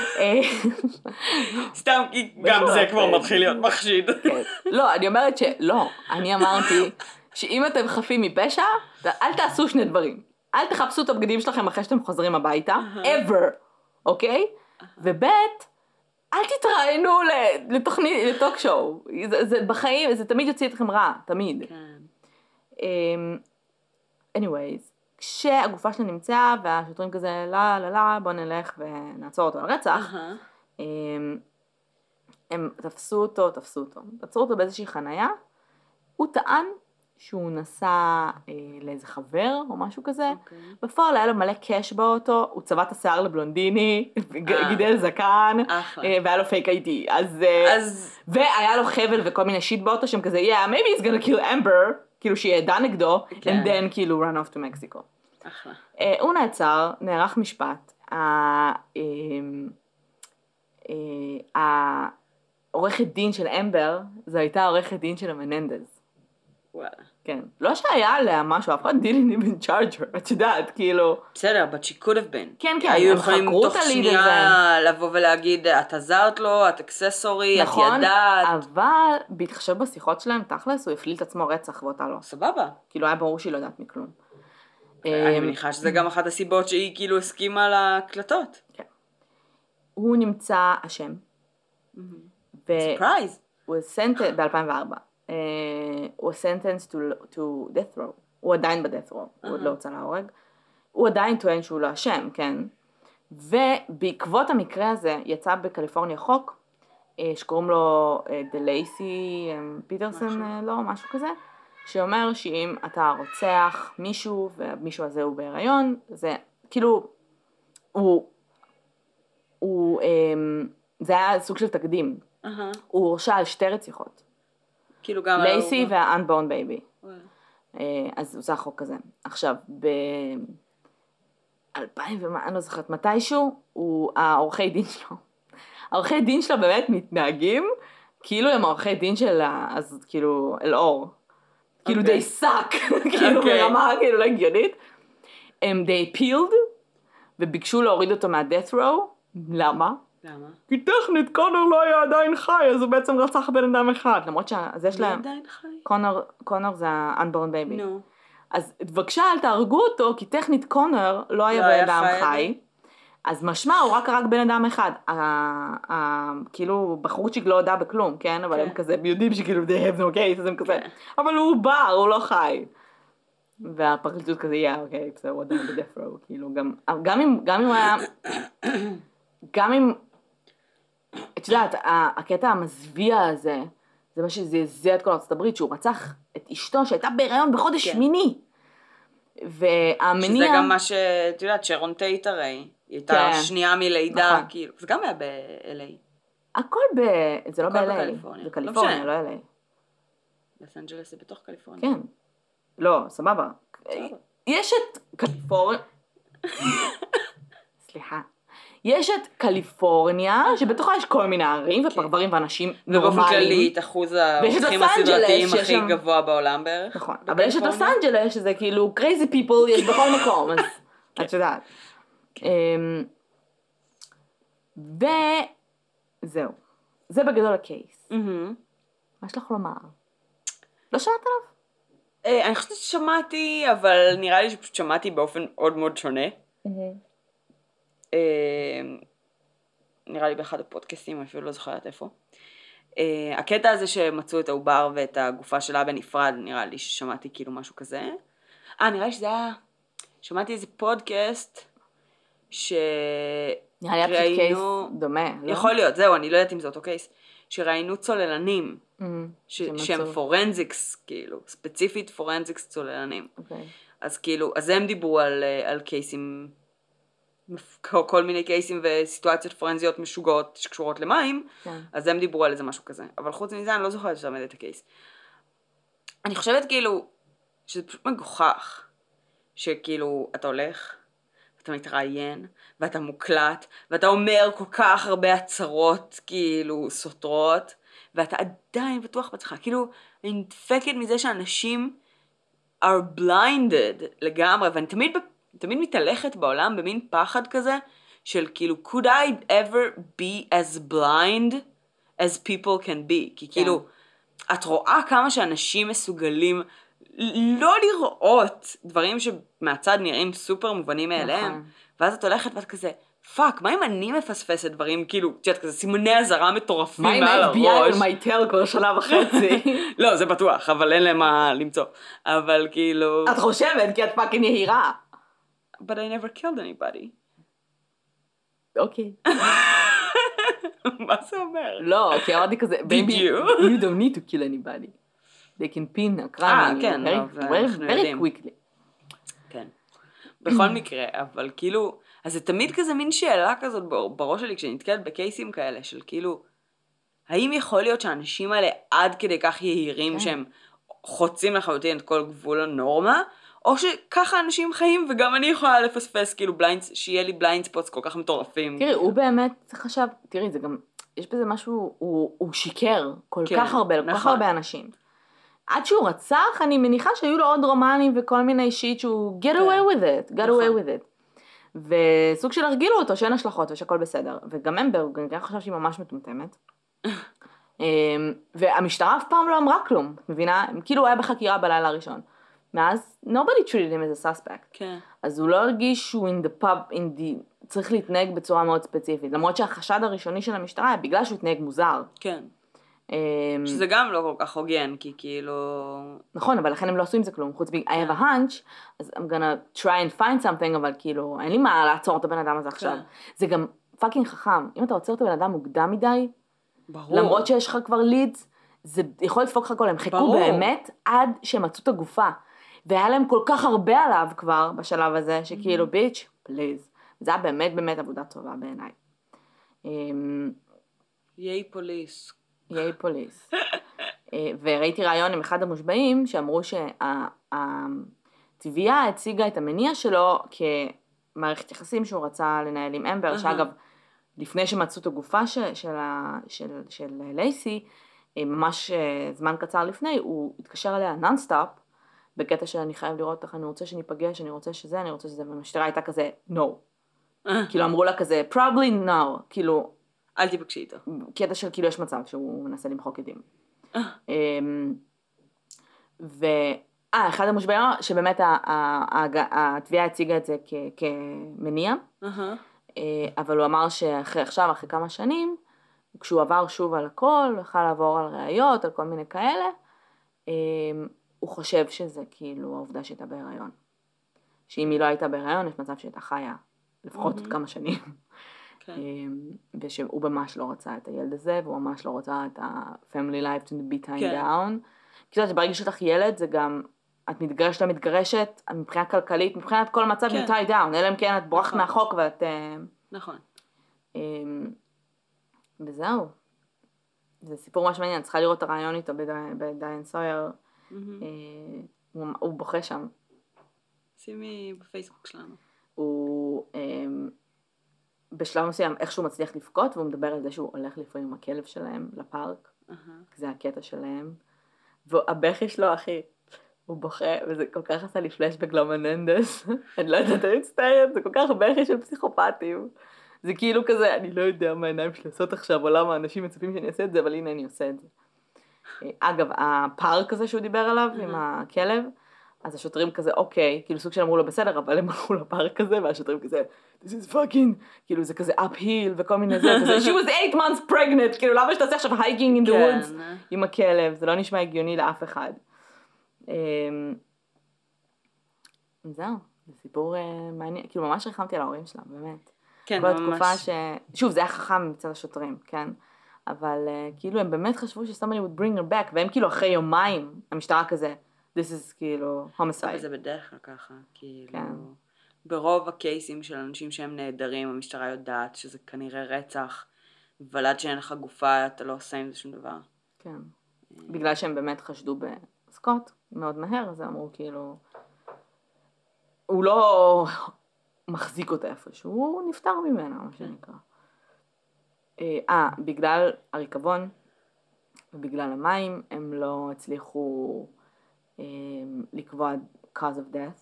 סתם כי גם זה כבר מתחיל להיות מחשיד. לא, אני אומרת שלא, אני אמרתי שאם אתם חפים מפשע, אל תעשו שני דברים. אל תחפשו את הבגדים שלכם אחרי שאתם חוזרים הביתה, ever, אוקיי? ובית, אל תתראיינו לתוכנית, לטוק שואו. זה בחיים, זה תמיד יוציא אתכם רע, תמיד. anyways, כשהגופה שלה נמצאה והשוטרים כזה לא לא לא בוא נלך ונעצור אותו על רצח, הם תפסו אותו, תפסו אותו, תפסו אותו באיזושהי חנייה, הוא טען שהוא נסע לאיזה חבר או משהו כזה, בפועל היה לו מלא קש באוטו, הוא צבע את השיער לבלונדיני, גידל זקן, והיה לו פייק איי די, אז והיה לו חבל וכל מיני שיט באוטו שהם כזה, yeah, maybe he's gonna kill Amber, כאילו שהיא עדה נגדו, and then כאילו run off to Mexico. אחלה. הוא נעצר, נערך משפט, העורכת דין של אמבר, זו הייתה העורכת דין של המננדז. וואלה. כן. לא שהיה עליה משהו, אף אחד didn't even charge her, את יודעת, כאילו. בסדר, but she could have been. כן, כן, היו יכולים תוך שנייה לבוא ולהגיד, את עזרת לו, את אקססורי, את ידעת. אבל בהתחשב בשיחות שלהם, תכלס, הוא הפליל את עצמו רצח ואותה לא. סבבה. כאילו, היה ברור שהיא לא יודעת מכלום. אני מניחה שזה גם אחת הסיבות שהיא כאילו הסכימה להקלטות. כן. הוא נמצא אשם. ספרייז. הוא סנטנס, ב-אלפיים וארבע. הוא סנטנס to death row. הוא עדיין ב-death row. הוא עוד לא הוצא להורג. הוא עדיין טוען שהוא לא אשם, כן. ובעקבות המקרה הזה יצא בקליפורניה חוק, שקוראים לו דלייסי פיטרסון, לא, משהו כזה, שאומר שאם אתה רוצח מישהו, ומישהו הזה הוא בהיריון, זה כאילו, הוא, הוא, זה היה סוג של תקדים. הוא הורשע על שתי רציחות. כאילו גם... לייסי וה-unborn baby. אז זה החוק הזה. עכשיו, ב-אלפיים ומה, אני לא זוכרת, מתישהו, הוא, העורכי דין שלו, העורכי דין שלו באמת מתנהגים, כאילו הם העורכי דין של, אז כאילו, אל-אור. כאילו, they suck, כאילו, ברמה, כאילו, לא הגיונית. הם, they appealed, וביקשו להוריד אותו מה-death row. למה? למה? כי טכנית קונור לא היה עדיין חי, אז הוא בעצם רצח בן אדם אחד, למרות שאז יש להם... עדיין חי? קונור, קונור זה ה-unborn baby. נו. אז בבקשה אל תהרגו אותו, כי טכנית קונור לא היה לא בן היה אדם חי חי. עדיין? אז משמע הוא רק הרג בן אדם אחד. ה- ה- כאילו בחורצ'יק לא יודע בכלום, כן? אבל הם כן. כזה יודעים שכאילו they have no case, אז הם כזה, כן. אבל הוא בר, הוא לא חי. והפרקליטות כזה, יא, אוקיי, בסדר, הוא עדיין בדף רו, כאילו גם, גם אם, גם אם הוא היה, גם אם, את יודעת, ה- הקטע המזוויע הזה, זה מה שזעזע את כל ארצות הברית, שהוא רצח את אשתו שהייתה בהיריון בחודש כן. שמיני. והמניע... שזה גם מה שאת יודעת, שרון טייט הרי, היא הייתה כן. שנייה מלידה, נכון. כאילו, זה גם היה ב-אל איי. הכל ב... זה לא הכל ב-אל איי, בקליפורניה. זה לא קליפורניה, משנה. לא אל איי. לוס אנג'לס זה בתוך קליפורניה. כן. לא, סבבה. סבבה. יש את קליפורניה... סליחה. יש את קליפורניה, שבתוכה יש כל מיני ערים ופרברים ואנשים ובאופן נורמליים. כללי, את אחוז ויש את הרוצחים לוס אנג'לס, הסדרתיים שיש הכי שם- גבוה בעולם בערך. נכון. אבל יש את לוס בקליפורניה. אנג'לס, שזה כאילו crazy people יש בכל מקום, אז את יודעת. אמ, וזהו. זה בגדול הקייס. מהמם. מה יש לך לומר? לא שמעת עליו? אה, אני חושבת ששמעתי, אבל נראה לי שפשוט שמעתי באופן מאוד מאוד שונה. אה, נראה לי באחד הפודקאסטים, אני אפילו לא זוכרת איפה. אה, הקטע הזה שמצאו את העובר ואת הגופה שלה בנפרד, נראה לי ששמעתי כאילו משהו כזה. אה, נראה לי שזה היה... שמעתי איזה פודקאסט ש... נראה לי היה פשוט קייס דומה, לא? יכול להיות, זהו, אני לא יודעת אם זה אותו קייס. שראינו צוללנים, מהמם. ש... שמצאו. שהם פורנזיקס, כאילו, ספציפית פורנזיקס צוללנים. אוקיי. אז כאילו, אז הם דיברו על, אה, על קייסים, כל מיני קייסים וסיטואציות פורנזיות משוגעות שקשורות למים, כן. אז הם דיברו על איזה משהו כזה. אבל חוץ מזה אני לא זוכרת שתמיד את הקייס. אני חושבת כאילו, שזה פשוט מגוחך, שכאילו, אתה הולך, אתה מתראיין, ואתה מוקלט, ואתה אומר כל כך הרבה הצהרות, כאילו, סותרות, ואתה עדיין בטוח בעצמך. כאילו, אני נדפקת מזה שאנשים are blinded לגמרי, ואני תמיד, תמיד מתהלכת בעולם במין פחד כזה, של כאילו, could I ever be as blind as people can be? כי כאילו, את רואה כמה שאנשים מסוגלים לא לראות דברים שמהצד נראים סופר מובנים מאליהם, נכון. ואז את הולכת ואת כזה, פאק, מה אם אני מפספסת דברים, כאילו, תשעת כזה, סימני הזרה מטורפים מה עם מעל ה-אף בי איי הראש. ומייטל כל שנה וחצי? לא, זה בטוח, אבל אין להם מה למצוא. אבל כאילו... את חושבת כי את פאקינג יהירה. But I never killed anybody. אוקיי. מה זה אומר? לא, כי אמרתי כזה, baby, you? you don't need to kill anybody. They can pin a crime אה, on you כן, very- לא, זה אנחנו very- very יודעים. quickly. כן. בכל מקרה, אבל כאילו, אז זה תמיד כזה מין שאלה כזאת בר- בראש שלי, כשאני נתקלת בקייסים כאלה, של כאילו, האם יכול להיות שהאנשים האלה עד כדי כך יהירים כן. שהם חוצים לחלוטין את כל גבול הנורמה, או שככה אנשים חיים וגם אני יכולה לפספס, כאילו בליינד, שיהיה לי בליינד ספוטס כל כך מטורפים. תראי, הוא באמת חשב, תראי, זה גם, יש בזה משהו, הוא הוא שיקר כל כן, כך הרבה, כל כך נכון. הרבה אנשים. עד שהוא רצח, אני מניחה שהיו לו עוד רומנים וכל מיני שיט שהוא get away with it, get נכון. away with it. וסוג של הרגילו אותו שאין השלכות ושהכל בסדר. וגם אמבר, אני חושב שהיא ממש מטומטמת. אמ, והמשטרה אף פעם לא אמרה כלום, מבינה? כאילו הוא היה בחקירה בלילה הראשון. מאז, nobody treated him as a suspect. כן. אז הוא לא הרגיש שהוא in the pub, in the... צריך להתנהג בצורה מאוד ספציפית. למרות שהחשד הראשוני של המשטרה היה בגלל שהוא התנהג מוזר. כן. אמ, שזה גם לא כל כך הוגן, כי כאילו... נכון, אבל לכן הם לא עשו עם זה כלום. חוץ מ- I have a hunch, אז I'm gonna try and find something, אבל כאילו, אין לי מה לעצור את הבן אדם הזה עכשיו. זה גם פאקינג חכם. אם אתה עוצר את הבן אדם מוקדם מדי, ברור. למרות שיש לך כבר לידס, זה יכול לדפוק לך הכל. הם חיכו ברור. באמת עד שהם מצאו את הגופה. והיה להם כל כך הרבה עליו כבר בשלב הזה, שכאילו, ביץ', פליז. זה היה באמת באמת עבודה טובה בעיניי. אמ, ייי פוליס. ייי פוליס. אה, וראיתי רעיון עם אחד המושבעים, שאמרו שהתביעה הציגה את המניע שלו כמערכת יחסים שהוא רצה לנהל עם אמבר, שאגב, לפני שמצאו את הגופה ש- של ה- של- של לייסי, אה, ממש אה, זמן קצר לפני, הוא התקשר אליה נונסטופ, בקטע שאני חייב לראות אותך, אני רוצה שניפגש, אני רוצה שזה, אני רוצה שזה, והמשטרה הייתה כזה, no. כאילו אמרו לה כזה, probably no, כאילו, אל תיפגשי איתו. קטע של כאילו יש מצב שהוא מנסה למחוק עדים. ו... אה, אחד המשברים שבאמת התביעה הציגה את זה כמניע, אבל הוא אמר שאחרי עכשיו, אחרי כמה שנים, כשהוא עבר שוב על הכל, הוא יכול לעבור על ראיות, על כל מיני כאלה, הוא חושב שזה כאילו העובדה שהייתה בהיריון. שאם היא לא הייתה בהיריון, יש מצב שהייתה חיה לפחות עוד כמה שנים. ושהוא ממש לא רצה את הילד הזה, והוא ממש לא רצה את ה-family life to be tied down. כי זאת, שברגע שאתה ילד, זה גם, את מתגרשת למתגרשת, מבחינה כלכלית, מבחינת כל מצב, you tie down, אלא אם כן את בורחת מהחוק ואת... נכון. וזהו. זה סיפור ממש מעניין, צריכה לראות את הרעיון איתו בדיין סויר. הוא בוכה שם. שימי בפייסבוק שלנו. הוא בשלב מסוים איכשהו מצליח לבכות, והוא מדבר על זה שהוא הולך לפעמים עם הכלב שלהם לפארק. זה הקטע שלהם. והבכי שלו, אחי, הוא בוכה, וזה כל כך עשה לי פלשבק למננדס. אני לא יודעת, אני מצטערת, זה כל כך בכי של פסיכופטים. זה כאילו כזה, אני לא יודע מה העיניים שלי לעשות עכשיו, או למה אנשים מצפים שאני אעשה את זה, אבל הנה אני עושה את זה. אגב, הפארק הזה שהוא דיבר עליו, עם הכלב, אז השוטרים כזה, אוקיי, כאילו סוג של אמרו לו בסדר, אבל הם הלכו לפארק הזה, והשוטרים כזה, this is fucking, כאילו זה כזה uphill וכל מיני זה, כזה, she was eight months pregnant, כאילו למה שתעשה עכשיו hiking in the woods עם הכלב, זה לא נשמע הגיוני לאף אחד. זהו, זה סיפור מעניין, כאילו ממש רחמתי על ההורים שלה, באמת. כן, כל ממש. התקופה ש... שוב, זה היה חכם מצד השוטרים, כן? אבל כאילו הם באמת חשבו ש-somebody would bring her back, והם כאילו אחרי יומיים, המשטרה כזה, this is כאילו homicide. אבל זה בדרך כלל ככה, כאילו, כן. ברוב הקייסים של אנשים שהם נהדרים, המשטרה יודעת שזה כנראה רצח, אבל עד שאין לך גופה, אתה לא עושה עם זה שום דבר. כן. בגלל שהם באמת חשדו בסקוט, מאוד מהר, אז אמרו כאילו, הוא לא מחזיק אותה איפשהו, הוא נפטר ממנה, מה שנקרא. אה, בגלל הריקבון, ובגלל המים, הם לא הצליחו לקבוע cause of death.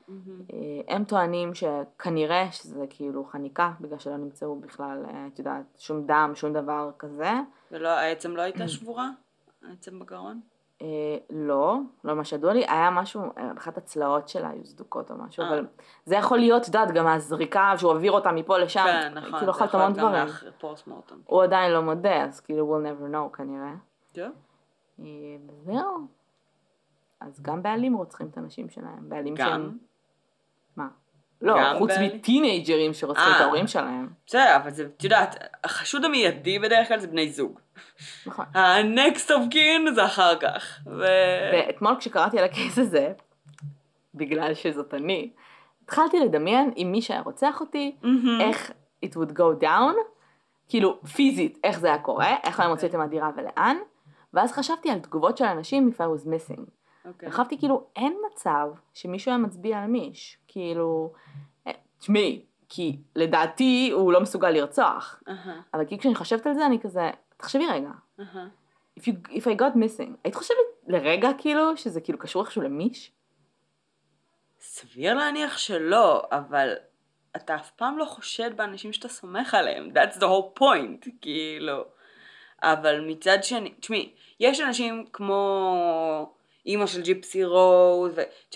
הם טוענים שכנראה שזה כאילו חניקה, בגלל שלא נמצאו בכלל, את יודעת, שום דם, שום דבר כזה. ולא, העצם לא הייתה שבורה? העצם בגרון? לא, לא מה שידוע לי, היה משהו, אחת הצלעות שלה היו סדוקות או משהו, אבל זה יכול להיות, את יודעת, גם הזריקה שהוא העביר אותה מפה לשם, כן, נכון, כאילו אכלת המון דברים. זה יכול גם פוסט-מורטם. הוא עדיין לא מודה, אז כאילו we'll never know כנראה. כן. וזהו. אז גם בעלים רוצחים את הנשים שלהם, בעלים שהם... מה? לא, חוץ מטינג'רים שרוצחים את ההורים שלהם. בסדר, אבל זה, את יודעת, החשוד המיידי בדרך כלל זה בני זוג. נכון. ה-next of kin זה אחר כך. ואתמול כשקראתי על הקייס הזה, בגלל שזאת אני, התחלתי לדמיין אם מי שהיה רוצח אותי, איך it would go down, כאילו פיזית, איך זה היה קורה, איך הם הוציאו אותם מהדירה ולאן, ואז חשבתי על תגובות של אנשים if I was missing. וחשבתי כאילו, אין מצב שמישהו היה מצביע על מיש, כאילו, תשמעי, כי לדעתי הוא לא מסוגל לרצוח, אבל כי כשאני חושבת על זה אני כזה, תחשבי רגע, if, you, if I got missing, היית חושבת לרגע כאילו, שזה כאילו קשור איכשהו למיש? סביר להניח שלא, אבל אתה אף פעם לא חושד באנשים שאתה סומך עליהם, that's the whole point, כאילו, אבל מצד שני, תשמעי, יש אנשים כמו... אימא של ג'יפסי רוז,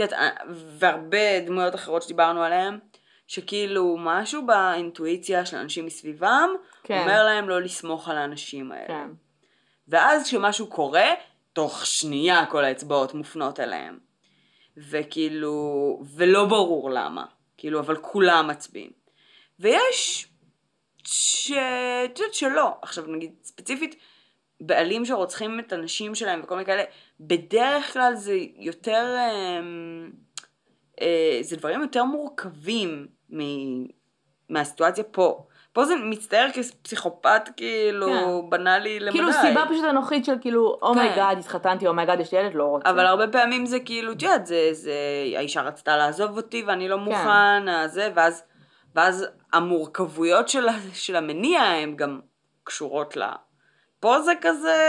והרבה דמויות אחרות שדיברנו עליהן, שכאילו משהו באינטואיציה של אנשים מסביבם, כן. אומר להם לא לסמוך על האנשים האלה. כן. ואז כשמשהו קורה, תוך שנייה כל האצבעות מופנות אליהם. וכאילו, ולא ברור למה. כאילו, אבל כולם מצביעים. ויש ש... את יודעת שלא. עכשיו נגיד ספציפית, בעלים שרוצחים את הנשים שלהם וכל מיני כאלה, בדרך כלל זה יותר, אה, אה, זה דברים יותר מורכבים מ, מהסיטואציה פה. פה זה מצטער כפסיכופת כאילו כן. בנאלי למדי. כאילו סיבה פשוט אנוכית של כאילו, אומייגאד, כן. התחתנתי, אומייגאד, יש לי ילד, לא רוצה. אבל הרבה פעמים זה כאילו, תיאת, זה, זה, האישה רצתה לעזוב אותי ואני לא מוכן, כן. זה, ואז, ואז המורכבויות של, של המניע הן גם קשורות לה. פה זה כזה,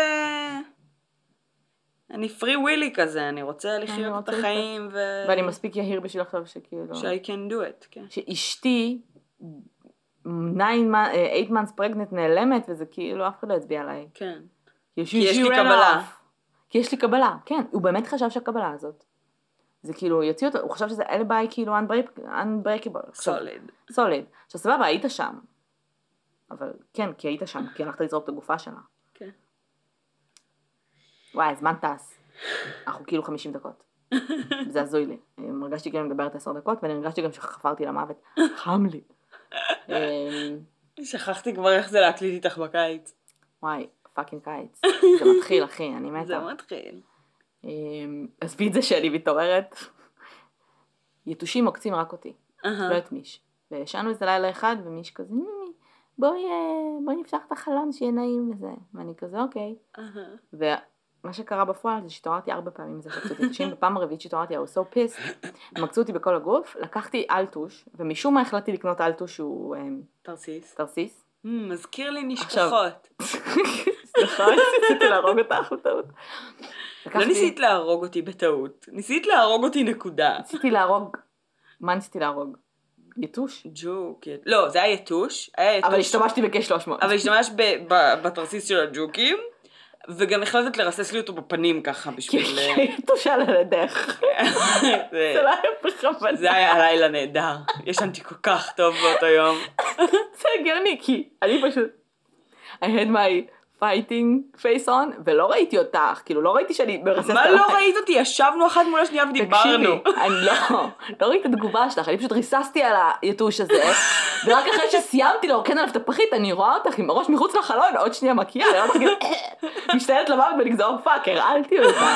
אני פרי ווילי כזה, אני רוצה לחיות את החיים ו... ואני מספיק יהיר בשביל עכשיו שכאילו... ש- I can do it, כן. שאשתי eight months pregnant נעלמת, וזה כאילו, אף אחד לא הצביע עליי. כן. כי יש לי קבלה. כי יש לי קבלה, כן. הוא באמת חשב שהקבלה הזאת. זה כאילו, יוציא אותו, הוא חשב שזה אלביי כאילו unbreakable. סוליד. סוליד. עכשיו סבבה, היית שם. אבל כן, כי היית שם, כי הלכת לזרוק את הגופה שלה. כן. וואי, זמן טס. אנחנו כאילו חמישים דקות. זה הזוי לי. הרגשתי כאילו מדברת עשר דקות, ואני הרגשתי גם שחפרתי למוות. חם לי. שכחתי כבר איך זה להקליט איתך בקיץ. וואי, פאקינג קיץ. זה מתחיל, אחי, אני מתה. זה מתחיל. אז פיצה שאני מתעוררת. יתושים עוקצים רק אותי. לא את מיש. וישנו איזה לילה אחד, ומיש כזה, בואי, בואי נפתח את החלון שיהיה נעים וזה. ואני כזה, אוקיי. ומה שקרה בפועל זה שתעוררתי ארבע פעמים זה שעקצו אותי יתושים. בפעם הרביעית שתעוררתי, I was so pissed. הם עקצו אותי בכל הגוף. לקחתי אלטוש, ומשום מה החלטתי לקנות אלטוש שהוא... תרסיס. תרסיס. מזכיר לי נשכחות. סליחה, ניסיתי להרוג אותך בטעות. לא ניסית להרוג אותי בטעות. ניסית להרוג אותי נקודה. ניסיתי להרוג... מה ניסיתי להרוג? יתוש? ג'וק. לא, זה היה יתוש. אבל השתמשתי ב-K שלוש מאות. אבל השתמשת בתרסיס של הג'וקים, וגם החלטת לרסס לי אותו בפנים ככה בשביל... יתוש על הדרך. זה לא היה בכוונה. זה היה לילה נהדר. ישנתי כל כך טוב באותו יום. זה הגיוני, כי אני פשוט... I had my fighting face on, ולא ראיתי אותך, כאילו לא ראיתי שאני מרססת... מה לא ראית אותי? ישבנו אחת מול השנייה ודיברנו. תקשיבי, אני לא, לא ראיתי את התגובה שלך, אני פשוט ריססתי על היתוש הזה, ורק אחרי שסיימתי להורכן עליו את הפחית, אני רואה אותך עם הראש מחוץ לחלון, עוד שנייה מקיעה, אני רואה אותך כאילו, משתלת למוות ונגזור פאק, הרעלתי אותה.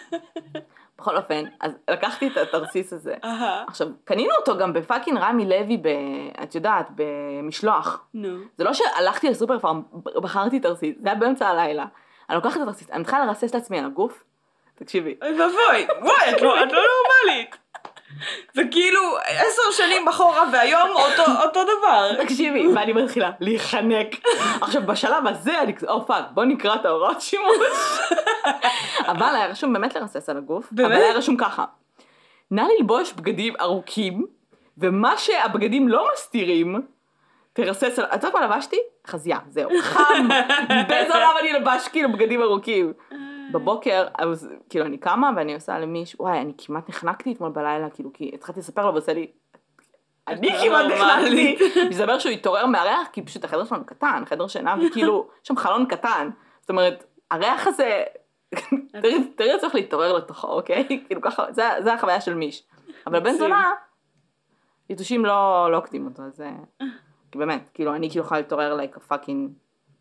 בכל אופן, אז לקחתי את התרסיס הזה. עכשיו, קנינו אותו גם בפאקינג רמי לוי, את יודעת, במשלוח. זה לא שהלכתי לסופר פארם, בחרתי תרסיס, זה היה באמצע הלילה. אני לוקחת את התרסיס, אני מתחילה לרסס את עצמי על הגוף. תקשיבי. אוי ובוי, וואי, את לא נורמלית. זה כאילו עשר שנים אחורה והיום אותו דבר. תקשיבי, ואני מתחילה להיחנק. עכשיו, בשלב הזה, אני כזה, או פאק, בוא נקרא את ההוראות שימוש. אבל היה רשום באמת לרסס על הגוף. אבל היה רשום ככה. נא ללבוש בגדים ארוכים, ומה שהבגדים לא מסתירים, תרסס על... את יודעת מה לבשתי? חזייה, זהו. חם. באיזה עולם אני לבש כאילו בגדים ארוכים. בבוקר, אז, כאילו אני קמה ואני עושה למישהו, וואי, אני כמעט נחנקתי אתמול בלילה, כאילו, כי התחלתי לספר לו ועושה לי, אני כמעט נחנקתי. מסתבר שהוא התעורר מהריח, כי פשוט החדר שלנו קטן, חדר שינה, וכאילו, יש שם חלון קטן. זאת אומרת, הריח הזה, תראי צריך להתעורר לתוכו, אוקיי? כאילו ככה, זה החוויה של מיש. אבל בן זונה, יתושים לא עוקדים אותו, אז באמת, כאילו, אני כאילו יכולה להתעורר like a fucking...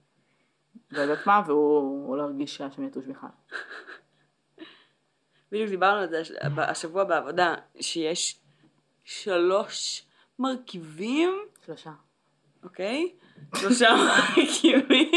לא יודעת מה, והוא לא הרגיש שהיה שם יתוש בכלל. בדיוק דיברנו על זה השבוע בעבודה, שיש שלוש מרכיבים. שלושה. אוקיי? שלושה מרכיבים.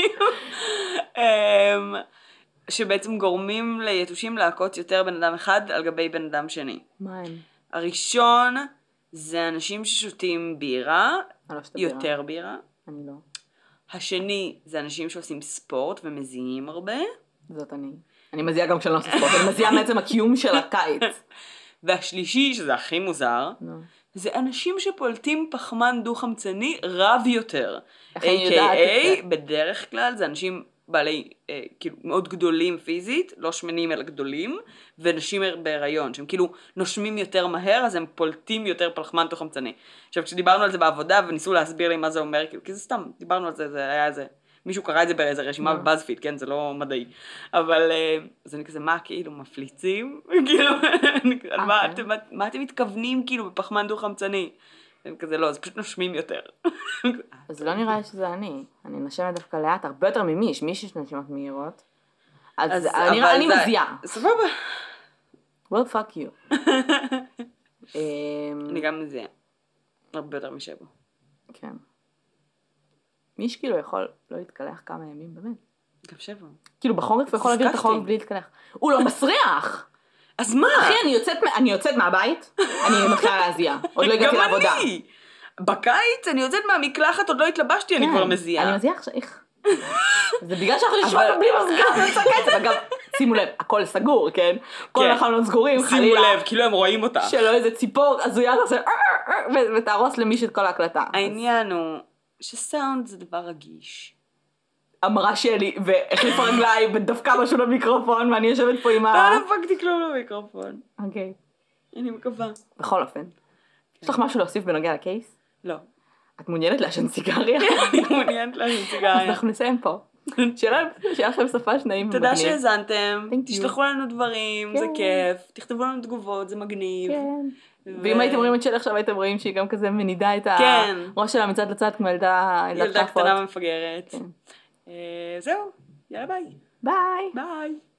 שבעצם גורמים ליתושים לעקוץ יותר בן אדם אחד על גבי בן אדם שני. מה הם? הראשון זה אנשים ששותים בירה, יותר בירה. אני לא. השני זה אנשים שעושים ספורט ומזיעים הרבה. זאת אני. אני מזיעה גם כשאני לא עושה ספורט, אני מזיעה מעצם הקיום של הקיץ. והשלישי, שזה הכי מוזר, זה אנשים שפולטים פחמן דו-חמצני רב יותר. איך אני יודעת את זה? בדרך כלל זה אנשים בעלי, אה, כאילו, מאוד גדולים פיזית, לא שמנים אלא גדולים, ונשים בהיריון, שהם כאילו נושמים יותר מהר, אז הם פולטים יותר פחמן דו-חמצני. עכשיו, כשדיברנו על זה בעבודה, וניסו להסביר לי מה זה אומר, כאילו, כי זה סתם, דיברנו על זה, זה היה איזה, מישהו קרא את זה באיזה רשימה בבאזפיד, כן, זה לא מדעי. אבל, אז אני כזה, מה, כאילו, מפליצים? כאילו, על מה אתם, מה אתם מתכוונים, כאילו, בפחמן דו-חמצני? הם כזה, לא, זה פשוט נושמים יותר. אז לא נראה לי שזה אני. אני נשמת דווקא לאט, הרבה יותר ממיש, מיש יש נשימות מהירות. אז נראה, אני מזיעה. סבבה. Well, fuck you. אני גם מזיעה. הרבה יותר משבו. כן. מיש כאילו יכול לא להתקלח כמה ימים, באמת. גם שבו. כאילו בחורף הוא יכול להעביר את החורף בלי להתקלח. הוא לא מסריח! אז מה? אחי, אני יוצאת, אני יוצאת מהבית, אני מתחילה להזיע. עוד לא הגעתי לעבודה. גם אני! בקיץ אני יוצאת מהמקלחת, עוד לא התלבשתי, אני כבר מזיעה. אני מזיעה עכשיו, איך? זה בגלל שאנחנו נשמע בלי מזגן, זה יוצא קיץ, אבל גם, שימו לב, הכל סגור, כן? כל החלונות סגורים, חלילה. שימו לב, כאילו הם רואים אותך. שלא איזה ציפור, הזויה תעשה, ותהרוס למישהו את כל ההקלטה. העניין הוא שסאונד זה דבר רגיש. אמרה שלי, והחליפה רגליים, ודפקה משהו למיקרופון, ואני יושבת פה עם ה... לא דפקתי כלום למיקרופון. אוקיי. אני מקווה. בכל אופן. יש לך משהו להוסיף בנוגע לקייס? לא. את מעוניינת לעשן סיגריה? אני מעוניינת לעשן אז סיגריה. אנחנו נסיים פה. שיהיה לכם סופה שניים ומגניב. תודה שהאזנתם, Thank you. תשלחו לנו דברים, זה כן. כיף, תכתבו לנו תגובות, זה מגניב. כן. ו- ואם הייתם רואים את שלי עכשיו, הייתם רואים שהיא גם כזה מנידה את כן. הראש שלה מצד לצד כמו ילדה ילדה כאפות. קטנה ומפגרת. כן. אה, זהו, יאללה ביי. ביי. ביי.